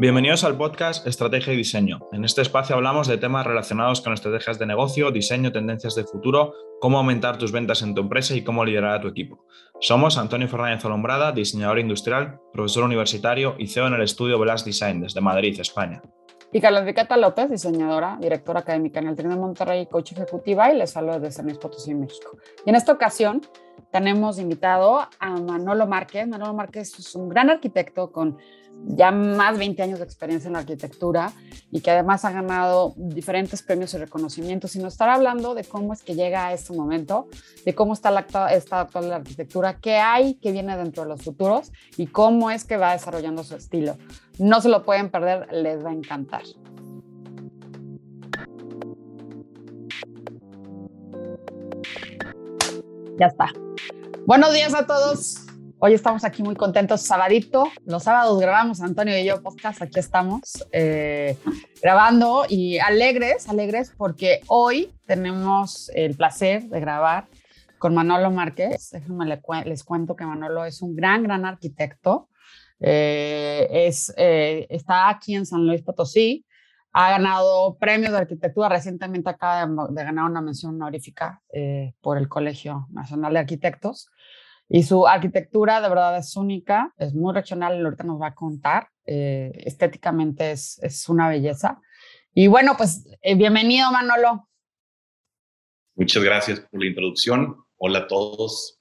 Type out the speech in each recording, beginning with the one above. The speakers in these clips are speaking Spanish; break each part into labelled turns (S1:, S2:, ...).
S1: Bienvenidos al podcast Estrategia y Diseño. En este espacio hablamos de temas relacionados con estrategias de negocio, diseño, tendencias de futuro, cómo aumentar tus ventas en tu empresa y cómo liderar a tu equipo. Somos Antonio Fernández Olombrada, diseñador industrial, profesor universitario y CEO en el estudio Velas Design desde Madrid, España.
S2: Y Carla Enriqueta López, diseñadora, directora académica en el TEC de Monterrey, coach ejecutiva, y les hablo desde San Luis Potosí, México. Y en esta ocasión tenemos invitado a Manolo Márquez. Manolo Márquez es un gran arquitecto con ya más de 20 años de experiencia en la arquitectura y que además ha ganado diferentes premios y reconocimientos, y nos estará hablando de cómo es que llega a este momento, de cómo está actual la arquitectura, qué hay que viene dentro de los futuros y cómo es que va desarrollando su estilo. No se lo pueden perder, les va a encantar. Ya está. Buenos días a todos. Hoy estamos aquí muy contentos, sabadito. Los sábados grabamos, Antonio y yo, podcast. Aquí estamos grabando y alegres porque hoy tenemos el placer de grabar con Manolo Márquez. Déjenme les cuento que Manolo es un gran arquitecto. Está aquí en San Luis Potosí. Ha ganado premios de arquitectura. Recientemente acaba de ganar una mención honorífica por el Colegio Nacional de Arquitectos. Y su arquitectura de verdad es única, es muy regional, y ahorita nos va a contar. Estéticamente es una belleza. Y bueno, pues bienvenido, Manolo.
S3: Muchas gracias por la introducción. Hola a todos.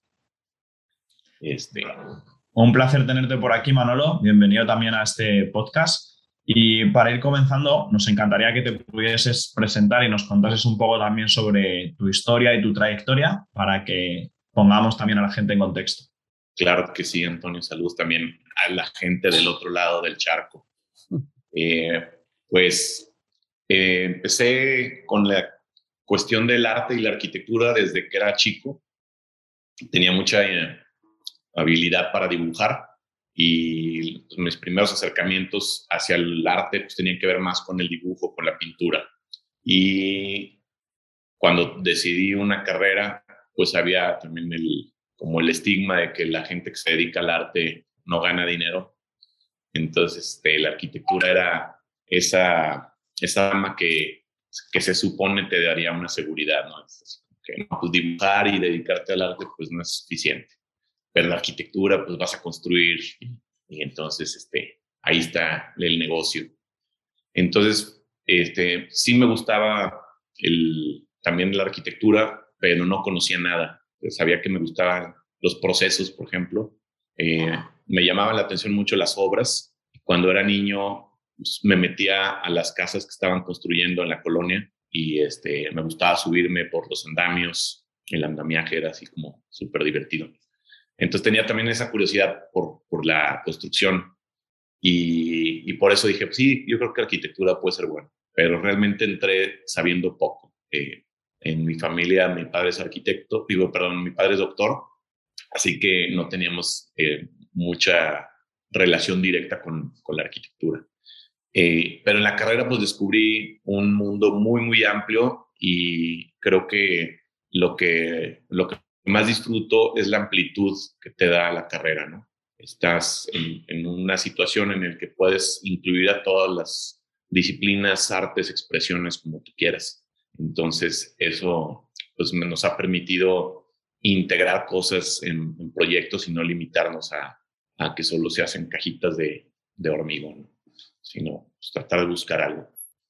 S1: Un placer tenerte por aquí, Manolo. Bienvenido también a este podcast. Y para ir comenzando, nos encantaría que te pudieses presentar y nos contases un poco también sobre tu historia y tu trayectoria para que pongamos también a la gente en contexto.
S3: Claro que sí, Antonio. Saludos también a la gente del otro lado del charco. Empecé con la cuestión del arte y la arquitectura desde que era chico. Tenía mucha habilidad para dibujar y mis primeros acercamientos hacia el arte pues, tenían que ver más con el dibujo, con la pintura. Y cuando decidí una carrera, pues había también como el estigma de que la gente que se dedica al arte no gana dinero. Entonces, la arquitectura era esa rama que se supone te daría una seguridad, ¿no? Que pues, dibujar y dedicarte al arte, pues no es suficiente. Pero la arquitectura, pues vas a construir y entonces, ahí está el negocio. Entonces, sí me gustaba también la arquitectura, pero no conocía nada. Sabía que me gustaban los procesos, por ejemplo. Me llamaban la atención mucho las obras. Cuando era niño, pues, me metía a las casas que estaban construyendo en la colonia y me gustaba subirme por los andamios. El andamiaje era así como súper divertido. Entonces tenía también esa curiosidad por la construcción y por eso dije, pues, sí, yo creo que arquitectura puede ser bueno. Pero realmente entré sabiendo poco. En mi familia, mi padre es arquitecto, mi padre es doctor, así que no teníamos mucha relación directa con la arquitectura. Pero en la carrera pues descubrí un mundo muy amplio y creo que lo que más disfruto es la amplitud que te da la carrera, ¿no? Estás en una situación en la que puedes incluir a todas las disciplinas, artes, expresiones, como tú quieras. Entonces, eso pues, nos ha permitido integrar cosas en proyectos y no limitarnos a que solo se hacen cajitas de hormigón, ¿no? Sino pues, tratar de buscar algo.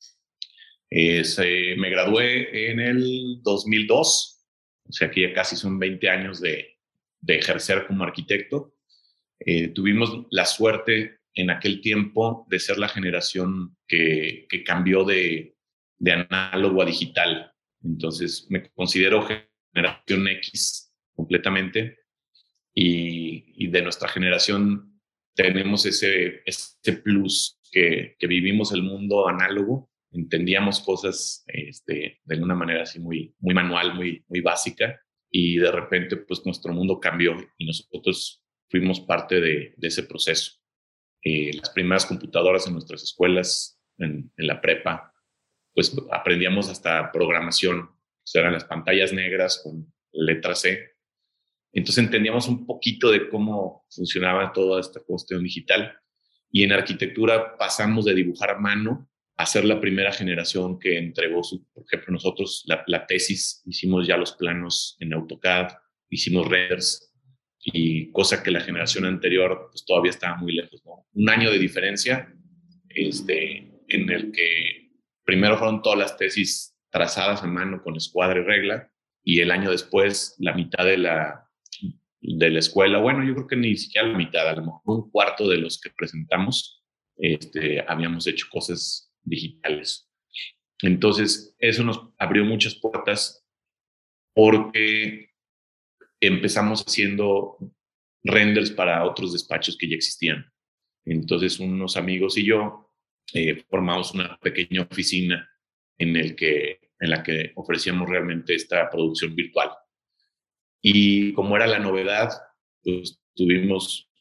S3: Me gradué en el 2002, o sea que ya casi son 20 años de ejercer como arquitecto. Tuvimos la suerte en aquel tiempo de ser la generación que cambió de análogo a digital. Entonces me considero generación X completamente y de nuestra generación tenemos ese plus que vivimos el mundo análogo, entendíamos cosas de una manera así muy manual, muy básica, y de repente pues nuestro mundo cambió y nosotros fuimos parte de ese proceso. Las primeras computadoras en nuestras escuelas, en la prepa, pues aprendíamos hasta programación. Pues eran las pantallas negras con letra C. Entonces entendíamos un poquito de cómo funcionaba toda esta cuestión digital Y en arquitectura pasamos de dibujar a mano a ser la primera generación que entregó, por ejemplo, nosotros la tesis, hicimos ya los planos en AutoCAD, hicimos renders, y cosa que la generación anterior pues todavía estaba muy lejos, ¿no? Un año de diferencia, en el que primero fueron todas las tesis trazadas a mano con escuadra y regla, y el año después la mitad de la escuela, bueno, yo creo que ni siquiera la mitad, a lo mejor un cuarto de los que presentamos, habíamos hecho cosas digitales. Entonces, eso nos abrió muchas puertas porque empezamos haciendo renders para otros despachos que ya existían. Entonces, unos amigos y yo formamos una pequeña oficina en la que ofrecíamos realmente esta producción virtual. Y como era la novedad, pues tuvimos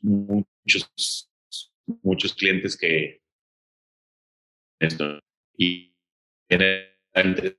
S3: muchos clientes que esto, y generalmente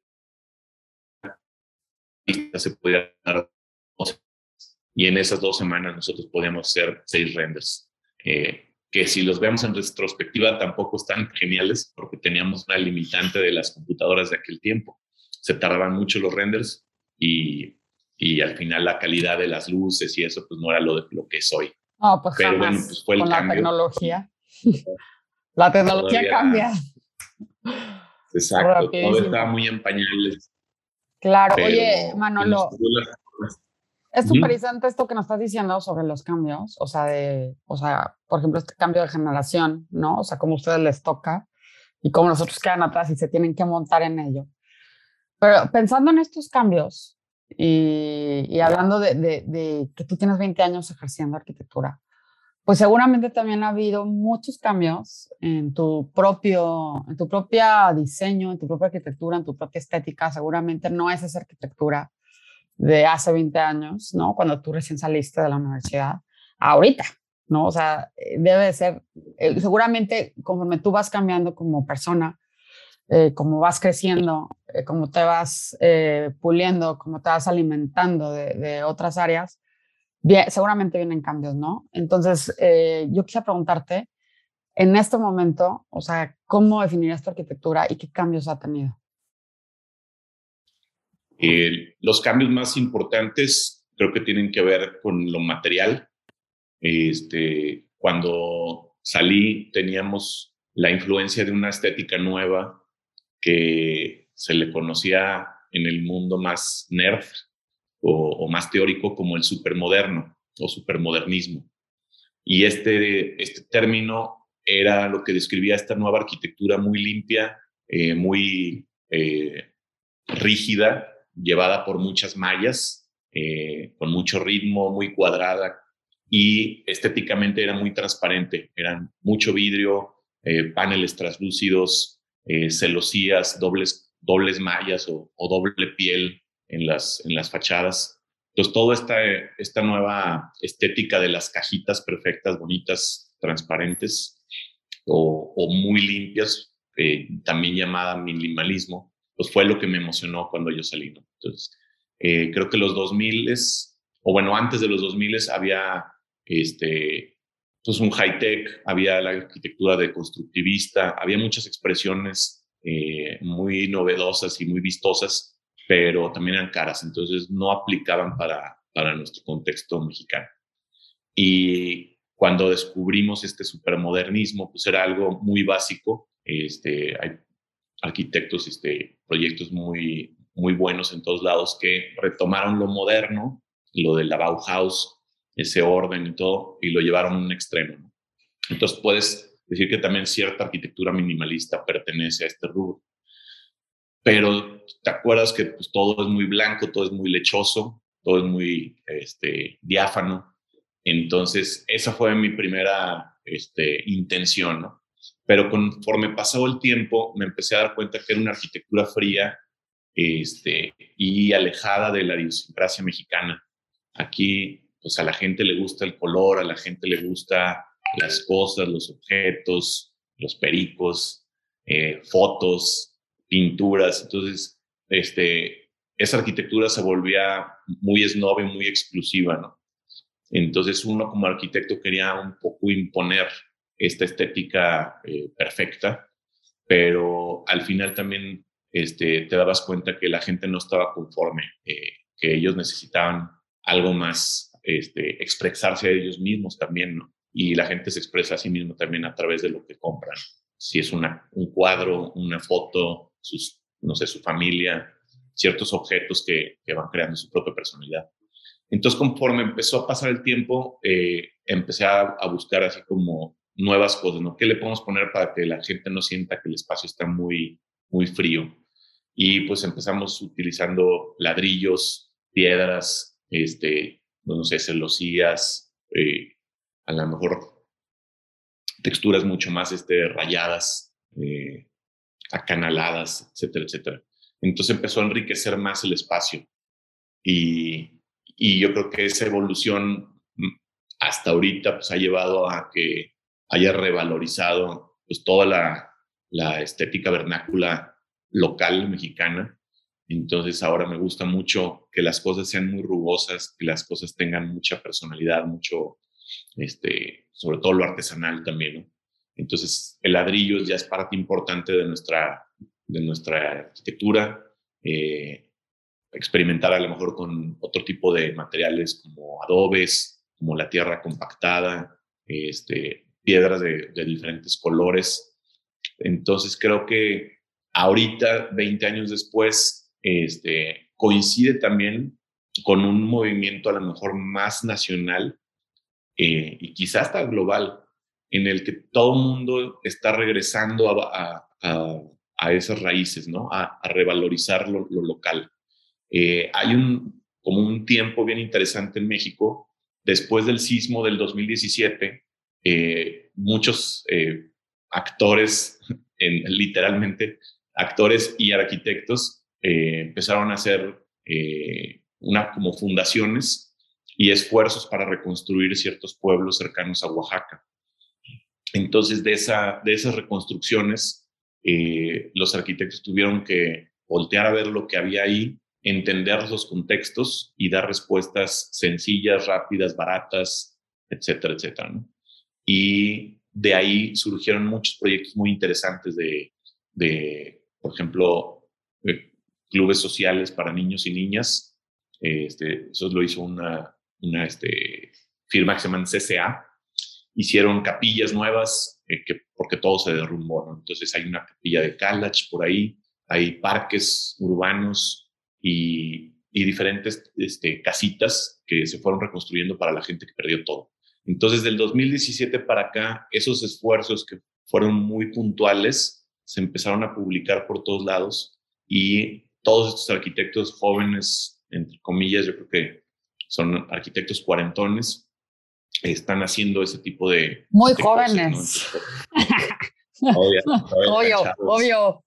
S3: se podía dar, y en esas 2 semanas nosotros podíamos hacer 6 renders, que si los vemos en retrospectiva tampoco están geniales porque teníamos una limitante de las computadoras de aquel tiempo. Se tardaban mucho los renders y al final la calidad de las luces y eso pues no era lo que es hoy.
S2: No, pues
S3: pero
S2: jamás,
S3: bueno, pues fue el
S2: con
S3: cambio.
S2: La tecnología. La tecnología
S3: Todavía,
S2: cambia.
S3: Exacto,
S2: Rapidísimo.
S3: todo estaba muy en pañales.
S2: Claro,
S3: pero,
S2: oye, Manolo, es súper interesante esto que nos estás diciendo sobre los cambios, o sea, por ejemplo, este cambio de generación, ¿no? O sea, cómo a ustedes les toca y cómo nosotros quedan atrás y se tienen que montar en ello. Pero pensando en estos cambios y hablando de que tú tienes 20 años ejerciendo arquitectura, pues seguramente también ha habido muchos cambios en tu propia diseño, en tu propia arquitectura, en tu propia estética. Seguramente no es esa arquitectura de hace 20 años, ¿no? Cuando tú recién saliste de la universidad, ahorita, ¿no? O sea, debe de ser, seguramente conforme tú vas cambiando como persona, como vas creciendo, como te vas puliendo, como te vas alimentando de otras áreas, seguramente vienen cambios, ¿no? Entonces, yo quisiera preguntarte, en este momento, o sea, ¿cómo definirías tu arquitectura y qué cambios ha tenido?
S3: Los cambios más importantes creo que tienen que ver con lo material. Cuando salí teníamos la influencia de una estética nueva que se le conocía en el mundo más nerd o más teórico como el supermoderno o supermodernismo. Y este término era lo que describía esta nueva arquitectura muy limpia, muy rígida, llevada por muchas mallas, con mucho ritmo, muy cuadrada, y estéticamente era muy transparente. Eran mucho vidrio, paneles translúcidos, celosías, dobles mallas o doble piel en las fachadas. Entonces, toda esta nueva estética de las cajitas perfectas, bonitas, transparentes o muy limpias, también llamada minimalismo, pues fue lo que me emocionó cuando yo salí, ¿no? Entonces, creo que los 2000, o bueno, antes de los 2000 había pues un high-tech, había la arquitectura de constructivista, había muchas expresiones muy novedosas y muy vistosas, pero también eran caras, entonces no aplicaban para nuestro contexto mexicano. Y cuando descubrimos este supermodernismo, pues era algo muy básico. Hay arquitectos, proyectos muy, muy buenos en todos lados que retomaron lo moderno, lo de la Bauhaus, ese orden y todo, y lo llevaron a un extremo, ¿no? Entonces puedes decir que también cierta arquitectura minimalista pertenece a este rubro. Pero te acuerdas que pues, todo es muy blanco, todo es muy lechoso, todo es muy diáfano. Entonces, esa fue mi primera intención, ¿no? Pero conforme pasó el tiempo, me empecé a dar cuenta que era una arquitectura fría y alejada de la idiosincrasia mexicana. Aquí, pues a la gente le gusta el color, a la gente le gusta las cosas, los objetos, los pericos, fotos, pinturas. Entonces, esa arquitectura se volvía muy snob y muy exclusiva, ¿no? Entonces uno como arquitecto quería un poco imponer esta estética perfecta, pero al final también te dabas cuenta que la gente no estaba conforme, que ellos necesitaban algo más, expresarse a ellos mismos también, ¿no? Y la gente se expresa a sí mismo también a través de lo que compran. Si es un cuadro, una foto, no sé, su familia, ciertos objetos que van creando su propia personalidad. Entonces, conforme empezó a pasar el tiempo, empecé a buscar así como nuevas cosas, ¿no? ¿Qué le podemos poner para que la gente no sienta que el espacio está muy, muy frío? Y pues empezamos utilizando ladrillos, piedras, no sé, celosías, a lo mejor texturas mucho más rayadas, acanaladas, etcétera, etcétera. Entonces empezó a enriquecer más el espacio. Y yo creo que esa evolución hasta ahorita pues, ha llevado a que haya revalorizado pues, toda la estética vernácula local mexicana. Entonces ahora me gusta mucho que las cosas sean muy rugosas, que las cosas tengan mucha personalidad, mucho, sobre todo lo artesanal también, ¿no? Entonces el ladrillo ya es parte importante de nuestra arquitectura. Experimentar a lo mejor con otro tipo de materiales como adobes, como la tierra compactada, piedras de diferentes colores. Entonces creo que ahorita, 20 años después, coincide también con un movimiento a lo mejor más nacional y quizás hasta global, en el que todo el mundo está regresando a esas raíces, ¿no? A revalorizar lo local. Hay como un tiempo bien interesante en México. Después del sismo del 2017, muchos actores, literalmente actores y arquitectos, empezaron a hacer como fundaciones y esfuerzos para reconstruir ciertos pueblos cercanos a Oaxaca. Entonces, de esas reconstrucciones, los arquitectos tuvieron que voltear a ver lo que había ahí, entender los contextos y dar respuestas sencillas, rápidas, baratas, etcétera, etcétera, ¿no? Y de ahí surgieron muchos proyectos muy interesantes por ejemplo, clubes sociales para niños y niñas. Eso lo hizo una firma que se llama CCA. Hicieron capillas nuevas porque todo se derrumbó, ¿no? Entonces hay una capilla de Calach por ahí, hay parques urbanos y diferentes casitas que se fueron reconstruyendo para la gente que perdió todo. Entonces, del 2017 para acá, esos esfuerzos que fueron muy puntuales se empezaron a publicar por todos lados y todos estos arquitectos jóvenes, entre comillas, yo creo que son arquitectos cuarentones, están haciendo ese tipo de
S2: muy
S3: jóvenes,
S2: ¿no? Obvio.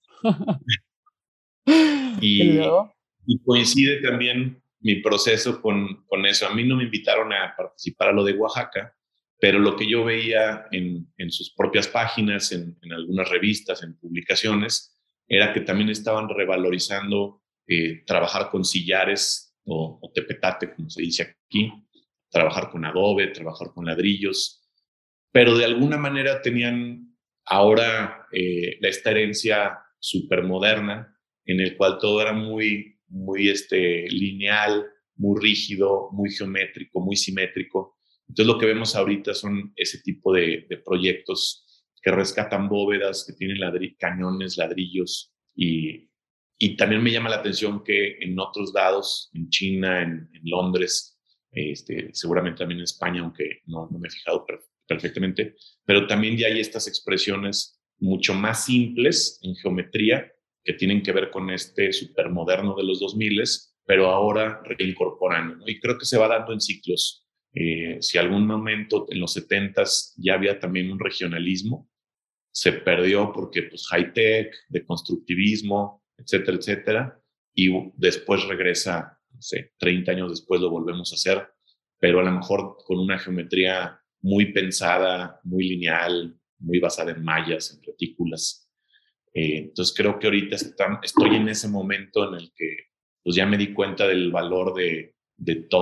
S3: Y coincide también mi proceso con eso. A mí no me invitaron a participar a lo de Oaxaca, pero lo que yo veía en sus propias páginas, en algunas revistas, en publicaciones, era que también estaban revalorizando trabajar con sillares o tepetate, como se dice aquí, trabajar con adobe, trabajar con ladrillos, pero de alguna manera tenían ahora esta herencia súper moderna en el cual todo era muy, muy lineal, muy rígido, muy geométrico, muy simétrico. Entonces lo que vemos ahorita son ese tipo de proyectos que rescatan bóvedas, que tienen cañones, ladrillos y también me llama la atención que en otros lados, en China, en Londres, seguramente también en España, aunque no me he fijado perfectamente, pero también ya hay estas expresiones mucho más simples en geometría que tienen que ver con supermoderno de los 2000, pero ahora reincorporando, ¿no? Y creo que se va dando en ciclos. Si algún momento en los 70s ya había también un regionalismo, se perdió porque pues high-tech, de constructivismo, etcétera, etcétera, y después regresa, no sé, 30 años después lo volvemos a hacer, pero a lo mejor con una geometría muy pensada, muy lineal, muy basada en mallas, en retículas. Entonces creo que ahorita estoy en ese momento en el que pues ya me di cuenta del valor de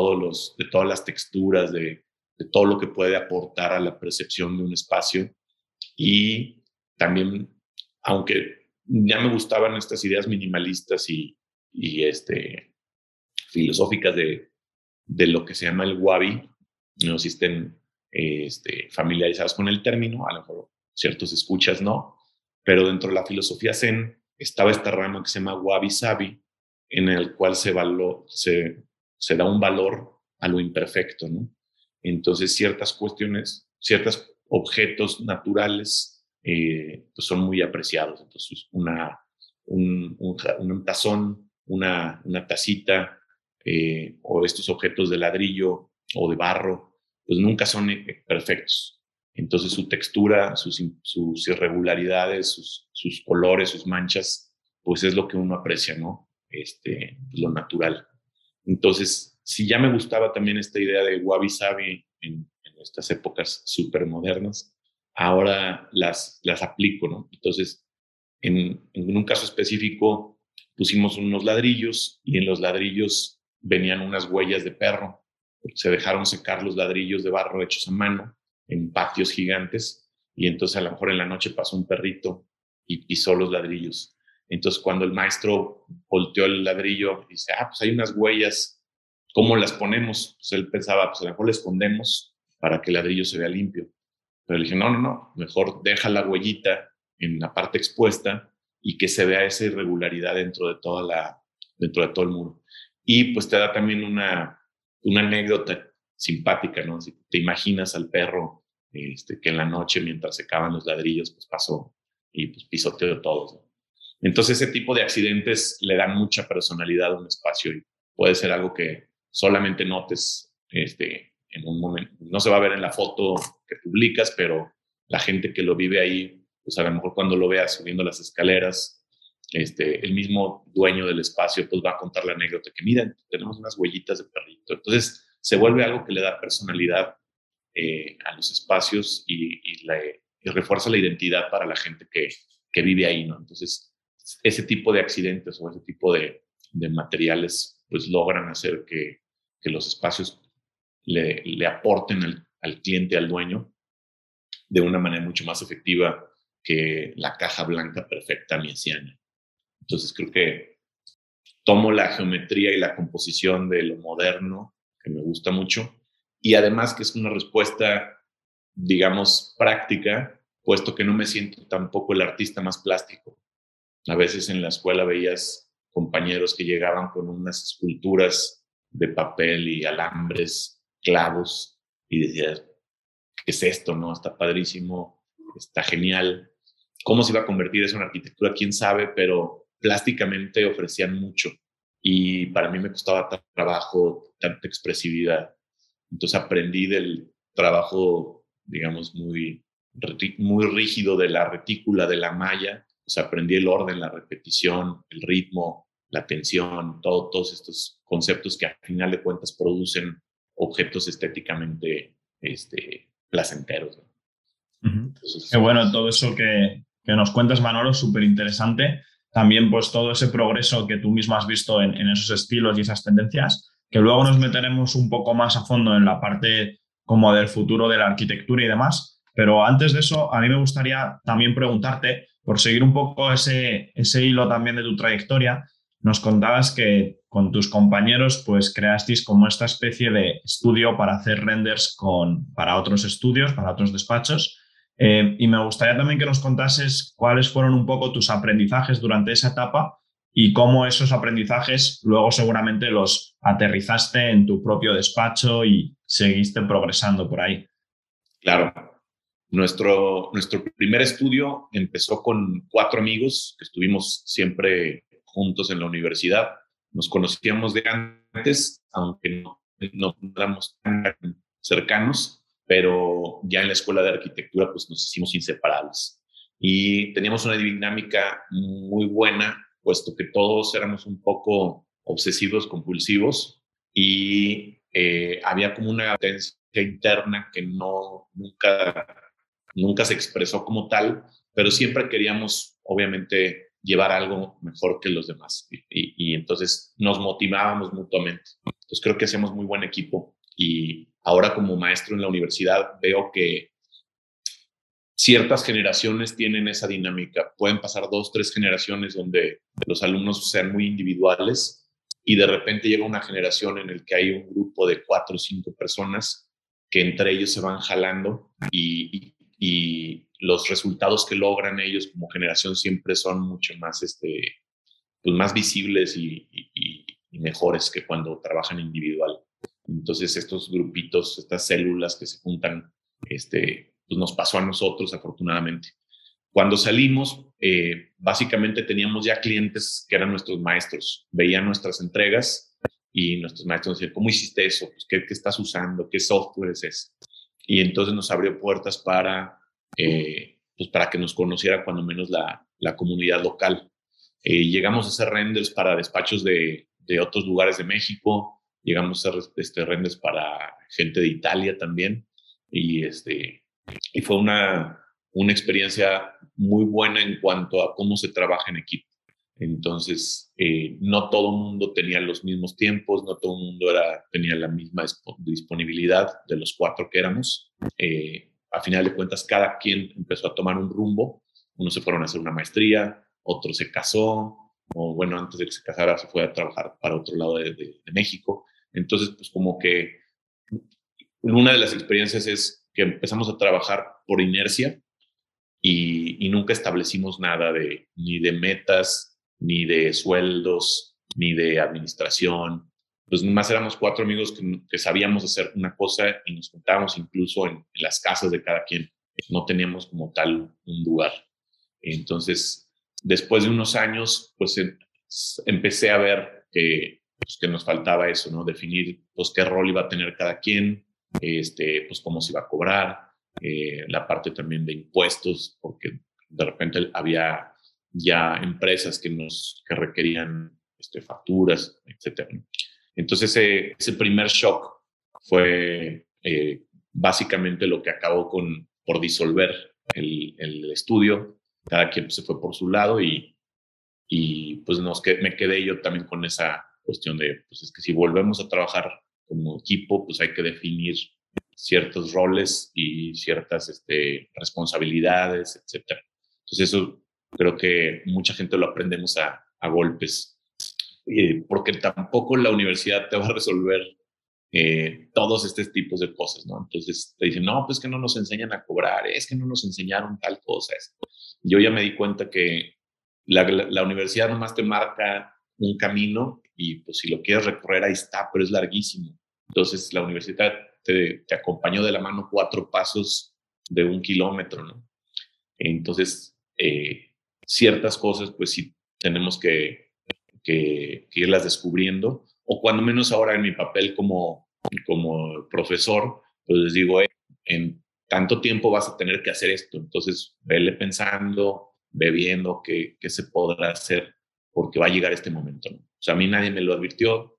S3: todas las texturas, de todo lo que puede aportar a la percepción de un espacio Y también, aunque ya me gustaban estas ideas minimalistas y filosóficas de lo que se llama el wabi, no sé si estén familiarizados con el término, a lo mejor ciertos escuchas no, pero dentro de la filosofía zen estaba esta rama que se llama wabi sabi, en el cual se da un valor a lo imperfecto, ¿no? Entonces ciertas cuestiones, ciertos objetos naturales pues son muy apreciados. Entonces un tazón, una tacita, o estos objetos de ladrillo o de barro, pues nunca son perfectos. Entonces su textura, sus irregularidades, sus colores, sus manchas, pues es lo que uno aprecia, ¿no? Lo natural. Entonces, si ya me gustaba también esta idea de wabi sabi en estas épocas súper modernas, ahora las aplico, ¿no? Entonces, en un caso específico, pusimos unos ladrillos y en los ladrillos venían unas huellas de perro. Se dejaron secar los ladrillos de barro hechos a mano en patios gigantes y entonces a lo mejor en la noche pasó un perrito y pisó los ladrillos. Entonces cuando el maestro volteó el ladrillo y dice, pues hay unas huellas, ¿cómo las ponemos? Pues él pensaba, pues a lo mejor le escondemos para que el ladrillo se vea limpio. Pero le dije, no, mejor deja la huellita en la parte expuesta y que se vea esa irregularidad dentro de todo el muro. Y pues te da también una anécdota simpática, ¿no? Si te imaginas al perro que en la noche, mientras secaban los ladrillos, pues pasó y pues pisoteó todos, ¿no? Entonces ese tipo de accidentes le dan mucha personalidad a un espacio y puede ser algo que solamente notes en un momento. No se va a ver en la foto que publicas, pero la gente que lo vive ahí, pues a lo mejor cuando lo veas subiendo las escaleras, el mismo dueño del espacio pues va a contar la anécdota que miren, tenemos unas huellitas de perrito. Entonces se vuelve algo que le da personalidad a los espacios y refuerza la identidad para la gente que vive ahí, ¿no? Entonces ese tipo de accidentes o ese tipo de materiales pues logran hacer que los espacios le aporten al cliente, al dueño, de una manera mucho más efectiva que la caja blanca perfecta miesiana. Entonces creo que tomo la geometría y la composición de lo moderno, que me gusta mucho, y además que es una respuesta, digamos, práctica, puesto que no me siento tampoco el artista más plástico. A veces en la escuela veías compañeros que llegaban con unas esculturas de papel y alambres, clavos, y decías, ¿qué es esto? ¿No? Está padrísimo, está genial. ¿Cómo se iba a convertir eso en arquitectura? ¿Quién sabe? Pero plásticamente ofrecían mucho y para mí me costaba trabajo, tanta expresividad. Entonces aprendí del trabajo, digamos, muy rígido de la retícula, de la malla. O sea, aprendí el orden, la repetición, el ritmo, la tensión, todos estos conceptos que al final de cuentas producen objetos estéticamente placenteros, ¿no?
S1: Entonces, qué bueno todo eso que nos cuentas, Manolo, súper interesante. También pues todo ese progreso que tú mismo has visto en esos estilos y esas tendencias, que luego nos meteremos un poco más a fondo en la parte como del futuro de la arquitectura y demás. Pero antes de eso, a mí me gustaría también preguntarte, por seguir un poco ese hilo también de tu trayectoria, nos contabas que con tus compañeros pues creasteis como esta especie de estudio para hacer renders para otros estudios, para otros despachos. Y me gustaría también que nos contases cuáles fueron un poco tus aprendizajes durante esa etapa y cómo esos aprendizajes luego seguramente los aterrizaste en tu propio despacho y seguiste progresando por ahí.
S3: Claro. Nuestro primer estudio empezó con 4 amigos que estuvimos siempre juntos en la universidad. Nos conocíamos de antes, aunque no éramos tan cercanos, pero ya en la escuela de arquitectura pues nos hicimos inseparables. Y teníamos una dinámica muy buena, puesto que todos éramos un poco obsesivos, compulsivos, y había como una tendencia interna que nunca se expresó como tal, pero siempre queríamos, obviamente, llevar algo mejor que los demás. Y entonces nos motivábamos mutuamente. Entonces creo que hacemos muy buen equipo. Y ahora como maestro en la universidad veo que ciertas generaciones tienen esa dinámica. Pueden pasar 2, 3 generaciones donde los alumnos sean muy individuales y de repente llega una generación en la que hay un grupo de 4 o 5 personas que entre ellos se van jalando y los resultados que logran ellos como generación siempre son mucho más, pues más visibles y mejores que cuando trabajan individual. Entonces estos grupitos, estas células que se juntan, pues nos pasó a nosotros afortunadamente. Cuando salimos, básicamente teníamos ya clientes que eran nuestros maestros, veían nuestras entregas y nuestros maestros decían, ¿cómo hiciste eso? Pues, ¿qué estás usando? ¿Qué software es ese? Y entonces nos abrió puertas pues para que nos conociera cuando menos la comunidad local. Llegamos a hacer renders para despachos de otros lugares de México, llegamos a hacer renders para gente de Italia también, y fue una experiencia muy buena en cuanto a cómo se trabaja en equipo. Entonces, no todo el mundo tenía los mismos tiempos, no todo el mundo tenía la misma disponibilidad de los 4 que éramos. A final de cuentas, cada quien empezó a tomar un rumbo. Unos se fueron a hacer una maestría, otro se casó, o bueno, antes de que se casara se fue a trabajar para otro lado de México. Entonces, pues como que una de las experiencias es que empezamos a trabajar por inercia y nunca establecimos nada ni de metas, ni de sueldos, ni de administración. Pues más éramos 4 amigos que sabíamos hacer una cosa y nos juntábamos incluso en las casas de cada quien. No teníamos como tal un lugar. Entonces, después de unos años, pues empecé a ver que nos faltaba eso, ¿no? Definir pues qué rol iba a tener cada quien, pues cómo se iba a cobrar, la parte también de impuestos, porque de repente había ya empresas que requerían facturas, etcétera. Entonces ese primer shock fue básicamente lo que acabó por disolver el estudio. Cada quien pues, se fue por su lado y pues me quedé yo también con esa cuestión de, pues es que si volvemos a trabajar como equipo, pues hay que definir ciertos roles y ciertas responsabilidades, etcétera. Entonces eso creo que mucha gente lo aprendemos a golpes, porque tampoco la universidad te va a resolver todos estos tipos de cosas, ¿no? Entonces te dicen, no, pues que no nos enseñan a cobrar, es que no nos enseñaron tal cosa. Yo ya me di cuenta que la universidad nomás te marca un camino y pues si lo quieres recorrer ahí está, pero es larguísimo. Entonces la universidad te acompañó de la mano 4 pasos de 1 kilómetro, ¿no? Entonces, ciertas cosas pues sí tenemos que irlas descubriendo, o cuando menos ahora en mi papel como profesor, pues les digo, en tanto tiempo vas a tener que hacer esto, entonces vele pensando, ve viendo qué se podrá hacer, porque va a llegar este momento, ¿no? O sea, a mí nadie me lo advirtió,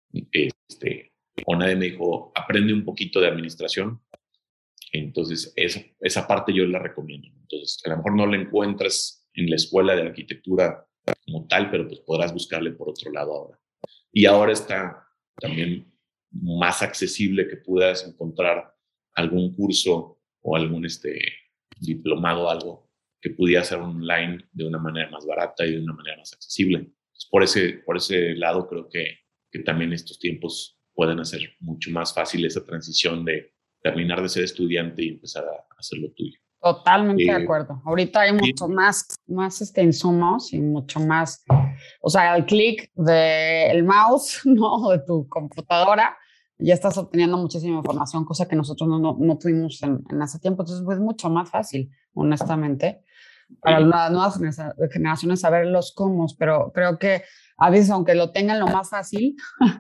S3: o nadie me dijo, aprende un poquito de administración. Entonces, esa parte yo la recomiendo. Entonces, a lo mejor no la encuentras en la escuela de arquitectura como tal, pero pues podrás buscarle por otro lado ahora. Y ahora está también más accesible que puedas encontrar algún curso o algún diplomado, algo que pudiera ser online de una manera más barata y de una manera más accesible. Entonces, por ese lado creo que también estos tiempos pueden hacer mucho más fácil esa transición de terminar de ser estudiante y empezar a hacer lo tuyo.
S2: Totalmente de acuerdo. Ahorita hay mucho más insumos y mucho más, o sea, al clic del mouse, ¿no? De tu computadora, ya estás obteniendo muchísima información, cosa que nosotros no tuvimos en ese tiempo. Entonces, pues, es mucho más fácil, honestamente, para las nuevas generaciones saber los cómo, pero creo que a veces, aunque lo tengan lo más fácil,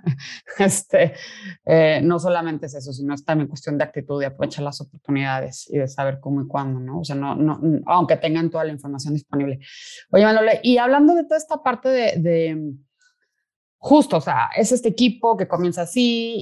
S2: no solamente es eso, sino es también cuestión de actitud, de aprovechar las oportunidades y de saber cómo y cuándo, ¿no? O sea, aunque tengan toda la información disponible. Oye, Manole, y hablando de toda esta parte de justo, o sea, es este equipo que comienza así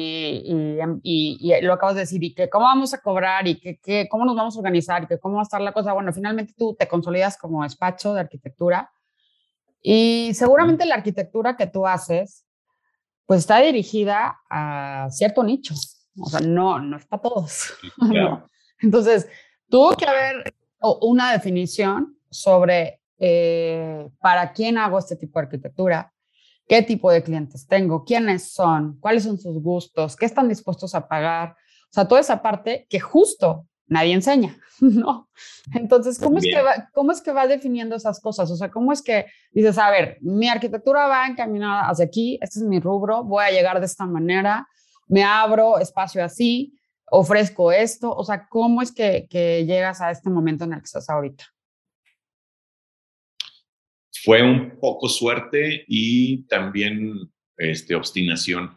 S2: y lo acabas de decir, y que cómo vamos a cobrar y que cómo nos vamos a organizar y que cómo va a estar la cosa. Bueno, finalmente tú te consolidas como despacho de arquitectura y seguramente la arquitectura que tú haces pues está dirigida a cierto nicho, o sea, no es para todos.
S3: Claro.
S2: ¿No? Entonces, Tuvo que haber una definición sobre para quién hago este tipo de arquitectura, qué tipo de clientes tengo, quiénes son, cuáles son sus gustos, qué están dispuestos a pagar. O sea, toda esa parte que justo nadie enseña, ¿no? Entonces, ¿cómo es que va definiendo esas cosas? O sea, ¿cómo es que dices, a ver, mi arquitectura va encaminada hacia aquí, este es mi rubro, voy a llegar de esta manera, me abro espacio así, ofrezco esto? O sea, ¿cómo es que llegas a este momento en el que estás ahorita?
S3: Fue un poco suerte y también obstinación.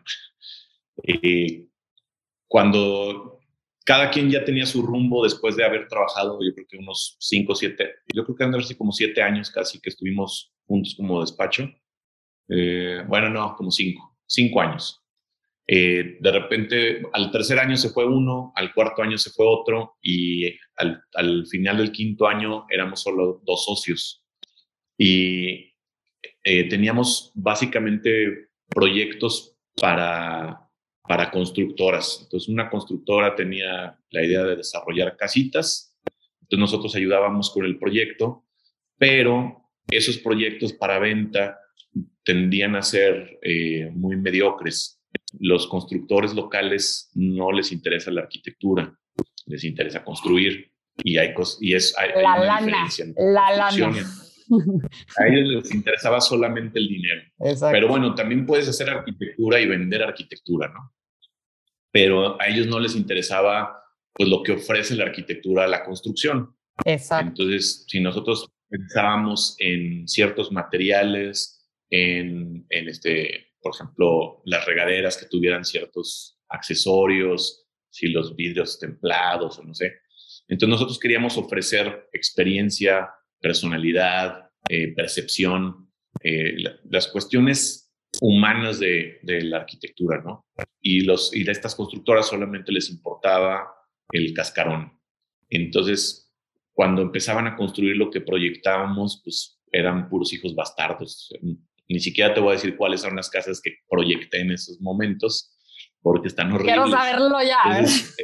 S3: Cuando cada quien ya tenía su rumbo después de haber trabajado, yo creo que unos 5 o 7, yo creo que han sido como 7 años casi que estuvimos juntos como despacho. Bueno, no, como 5 años. De repente, al tercer año se fue uno, al cuarto año se fue otro y al final del quinto año éramos solo 2 socios. Y teníamos básicamente proyectos para constructoras. Entonces, una constructora tenía la idea de desarrollar casitas, entonces nosotros ayudábamos con el proyecto, pero esos proyectos para venta tendían a ser muy mediocres. Los constructores locales no les interesa la arquitectura, les interesa construir y hay una diferencia entre
S2: la lana.
S3: A ellos les interesaba solamente el dinero.
S2: Exacto.
S3: Pero bueno, también puedes hacer arquitectura y vender arquitectura, ¿no? Pero a ellos no les interesaba pues lo que ofrece la arquitectura a la construcción.
S2: Exacto.
S3: Entonces, si nosotros pensábamos en ciertos materiales, por ejemplo, las regaderas que tuvieran ciertos accesorios, si los vidrios templados o no sé. Entonces nosotros queríamos ofrecer experiencia, personalidad, percepción, las cuestiones humanas de la arquitectura, ¿no? Y de estas constructoras solamente les importaba el cascarón. Entonces, cuando empezaban a construir lo que proyectábamos, pues eran puros hijos bastardos. Ni siquiera te voy a decir cuáles son las casas que proyecté en esos momentos, porque están horribles.
S2: Quiero saberlo ya.
S3: Entonces,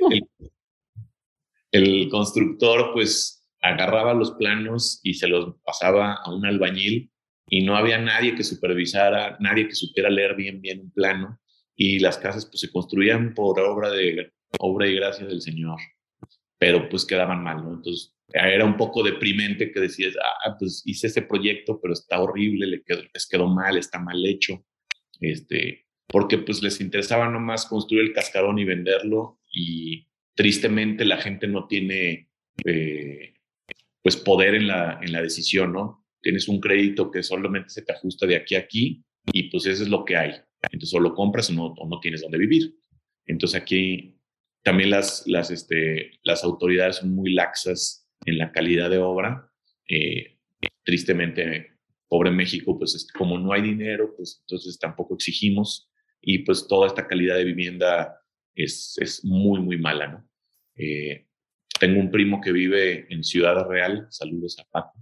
S3: el constructor, pues, agarraba los planos y se los pasaba a un albañil y no había nadie que supervisara, nadie que supiera leer bien un plano, y las casas pues se construían por obra y gracia del Señor, pero pues quedaban mal, ¿no? Entonces era un poco deprimente que decías, pues hice ese proyecto, pero está horrible, les quedó mal, está mal hecho, porque pues les interesaba nomás construir el cascarón y venderlo, y tristemente la gente no tiene pues poder en la decisión, ¿no? Tienes un crédito que solamente se te ajusta de aquí a aquí y pues eso es lo que hay. Entonces o lo compras o no tienes dónde vivir. Entonces aquí también las autoridades son muy laxas en la calidad de obra. Tristemente, pobre México, pues es que como no hay dinero, pues entonces tampoco exigimos, y pues toda esta calidad de vivienda es muy mala, ¿no? Tengo un primo que vive en Ciudad Real, saludos a Paco,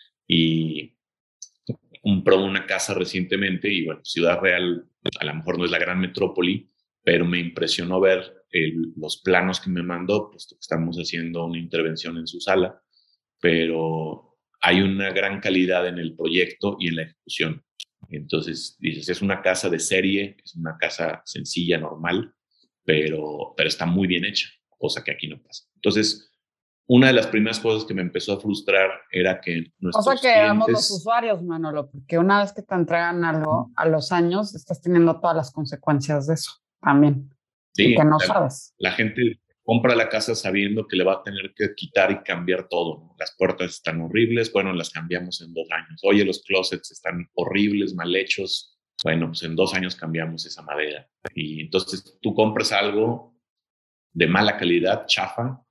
S3: y compró una casa recientemente, y bueno, Ciudad Real a lo mejor no es la gran metrópoli, pero me impresionó ver los planos que me mandó, puesto que estamos haciendo una intervención en su sala, pero hay una gran calidad en el proyecto y en la ejecución. Entonces dices, es una casa de serie, es una casa sencilla, normal, pero está muy bien hecha, cosa que aquí no pasa. Entonces, una de las primeras cosas que me empezó a frustrar era que nuestros
S2: clientes... éramos los usuarios, Manolo, porque una vez que te entregan algo, a los años estás teniendo todas las consecuencias de eso también.
S3: Sí,
S2: y que no sabes.
S3: La gente compra la casa sabiendo que le va a tener que quitar y cambiar todo, ¿no? Las puertas están horribles, bueno, las cambiamos en 2 años. Oye, los closets están horribles, mal hechos. Bueno, pues en 2 años cambiamos esa madera. Y entonces tú compras algo de mala calidad, chafa,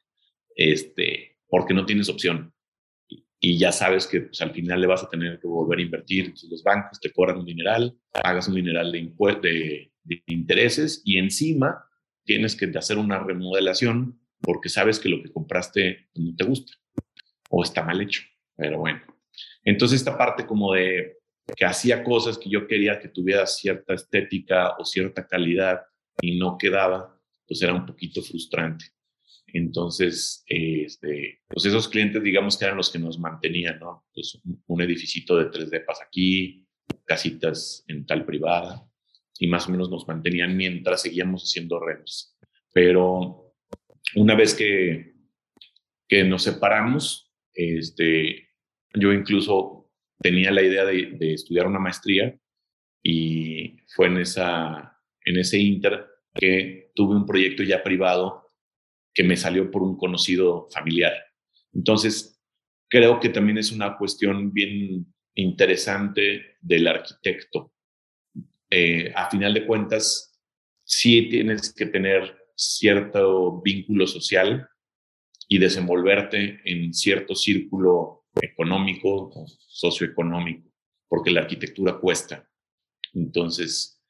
S3: porque no tienes opción. Y ya sabes que pues, al final le vas a tener que volver a invertir. Entonces los bancos te cobran un dineral, pagas un dineral de intereses, y encima tienes que hacer una remodelación porque sabes que lo que compraste no te gusta o está mal hecho. Pero bueno, entonces esta parte como de que hacía cosas que yo quería que tuviera cierta estética o cierta calidad y no quedaba, pues era un poquito frustrante. Entonces, pues esos clientes, digamos que eran los que nos mantenían, ¿no? Pues un edificito de 3 depas aquí, casitas en tal privada, y más o menos nos mantenían mientras seguíamos haciendo remos. Pero una vez que nos separamos, yo incluso tenía la idea de estudiar una maestría, y fue en ese inter que tuve un proyecto ya privado que me salió por un conocido familiar. Entonces, creo que también es una cuestión bien interesante del arquitecto. A final de cuentas, sí tienes que tener cierto vínculo social y desenvolverte en cierto círculo económico o socioeconómico, porque la arquitectura cuesta. Entonces,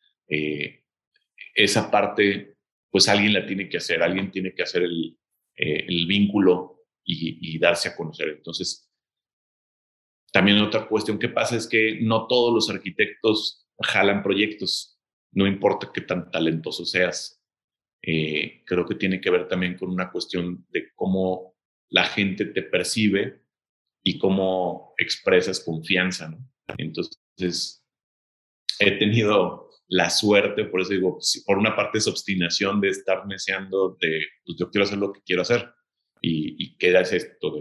S3: esa parte, pues alguien la tiene que hacer, alguien tiene que hacer el vínculo y darse a conocer. Entonces, también otra cuestión que pasa es que no todos los arquitectos jalan proyectos, no importa qué tan talentoso seas. Creo que tiene que ver también con una cuestión de cómo la gente te percibe y cómo expresas confianza, ¿no? Entonces, he tenido la suerte, por eso digo, por una parte es obstinación de estar deseando de, pues yo quiero hacer lo que quiero hacer. Y queda es esto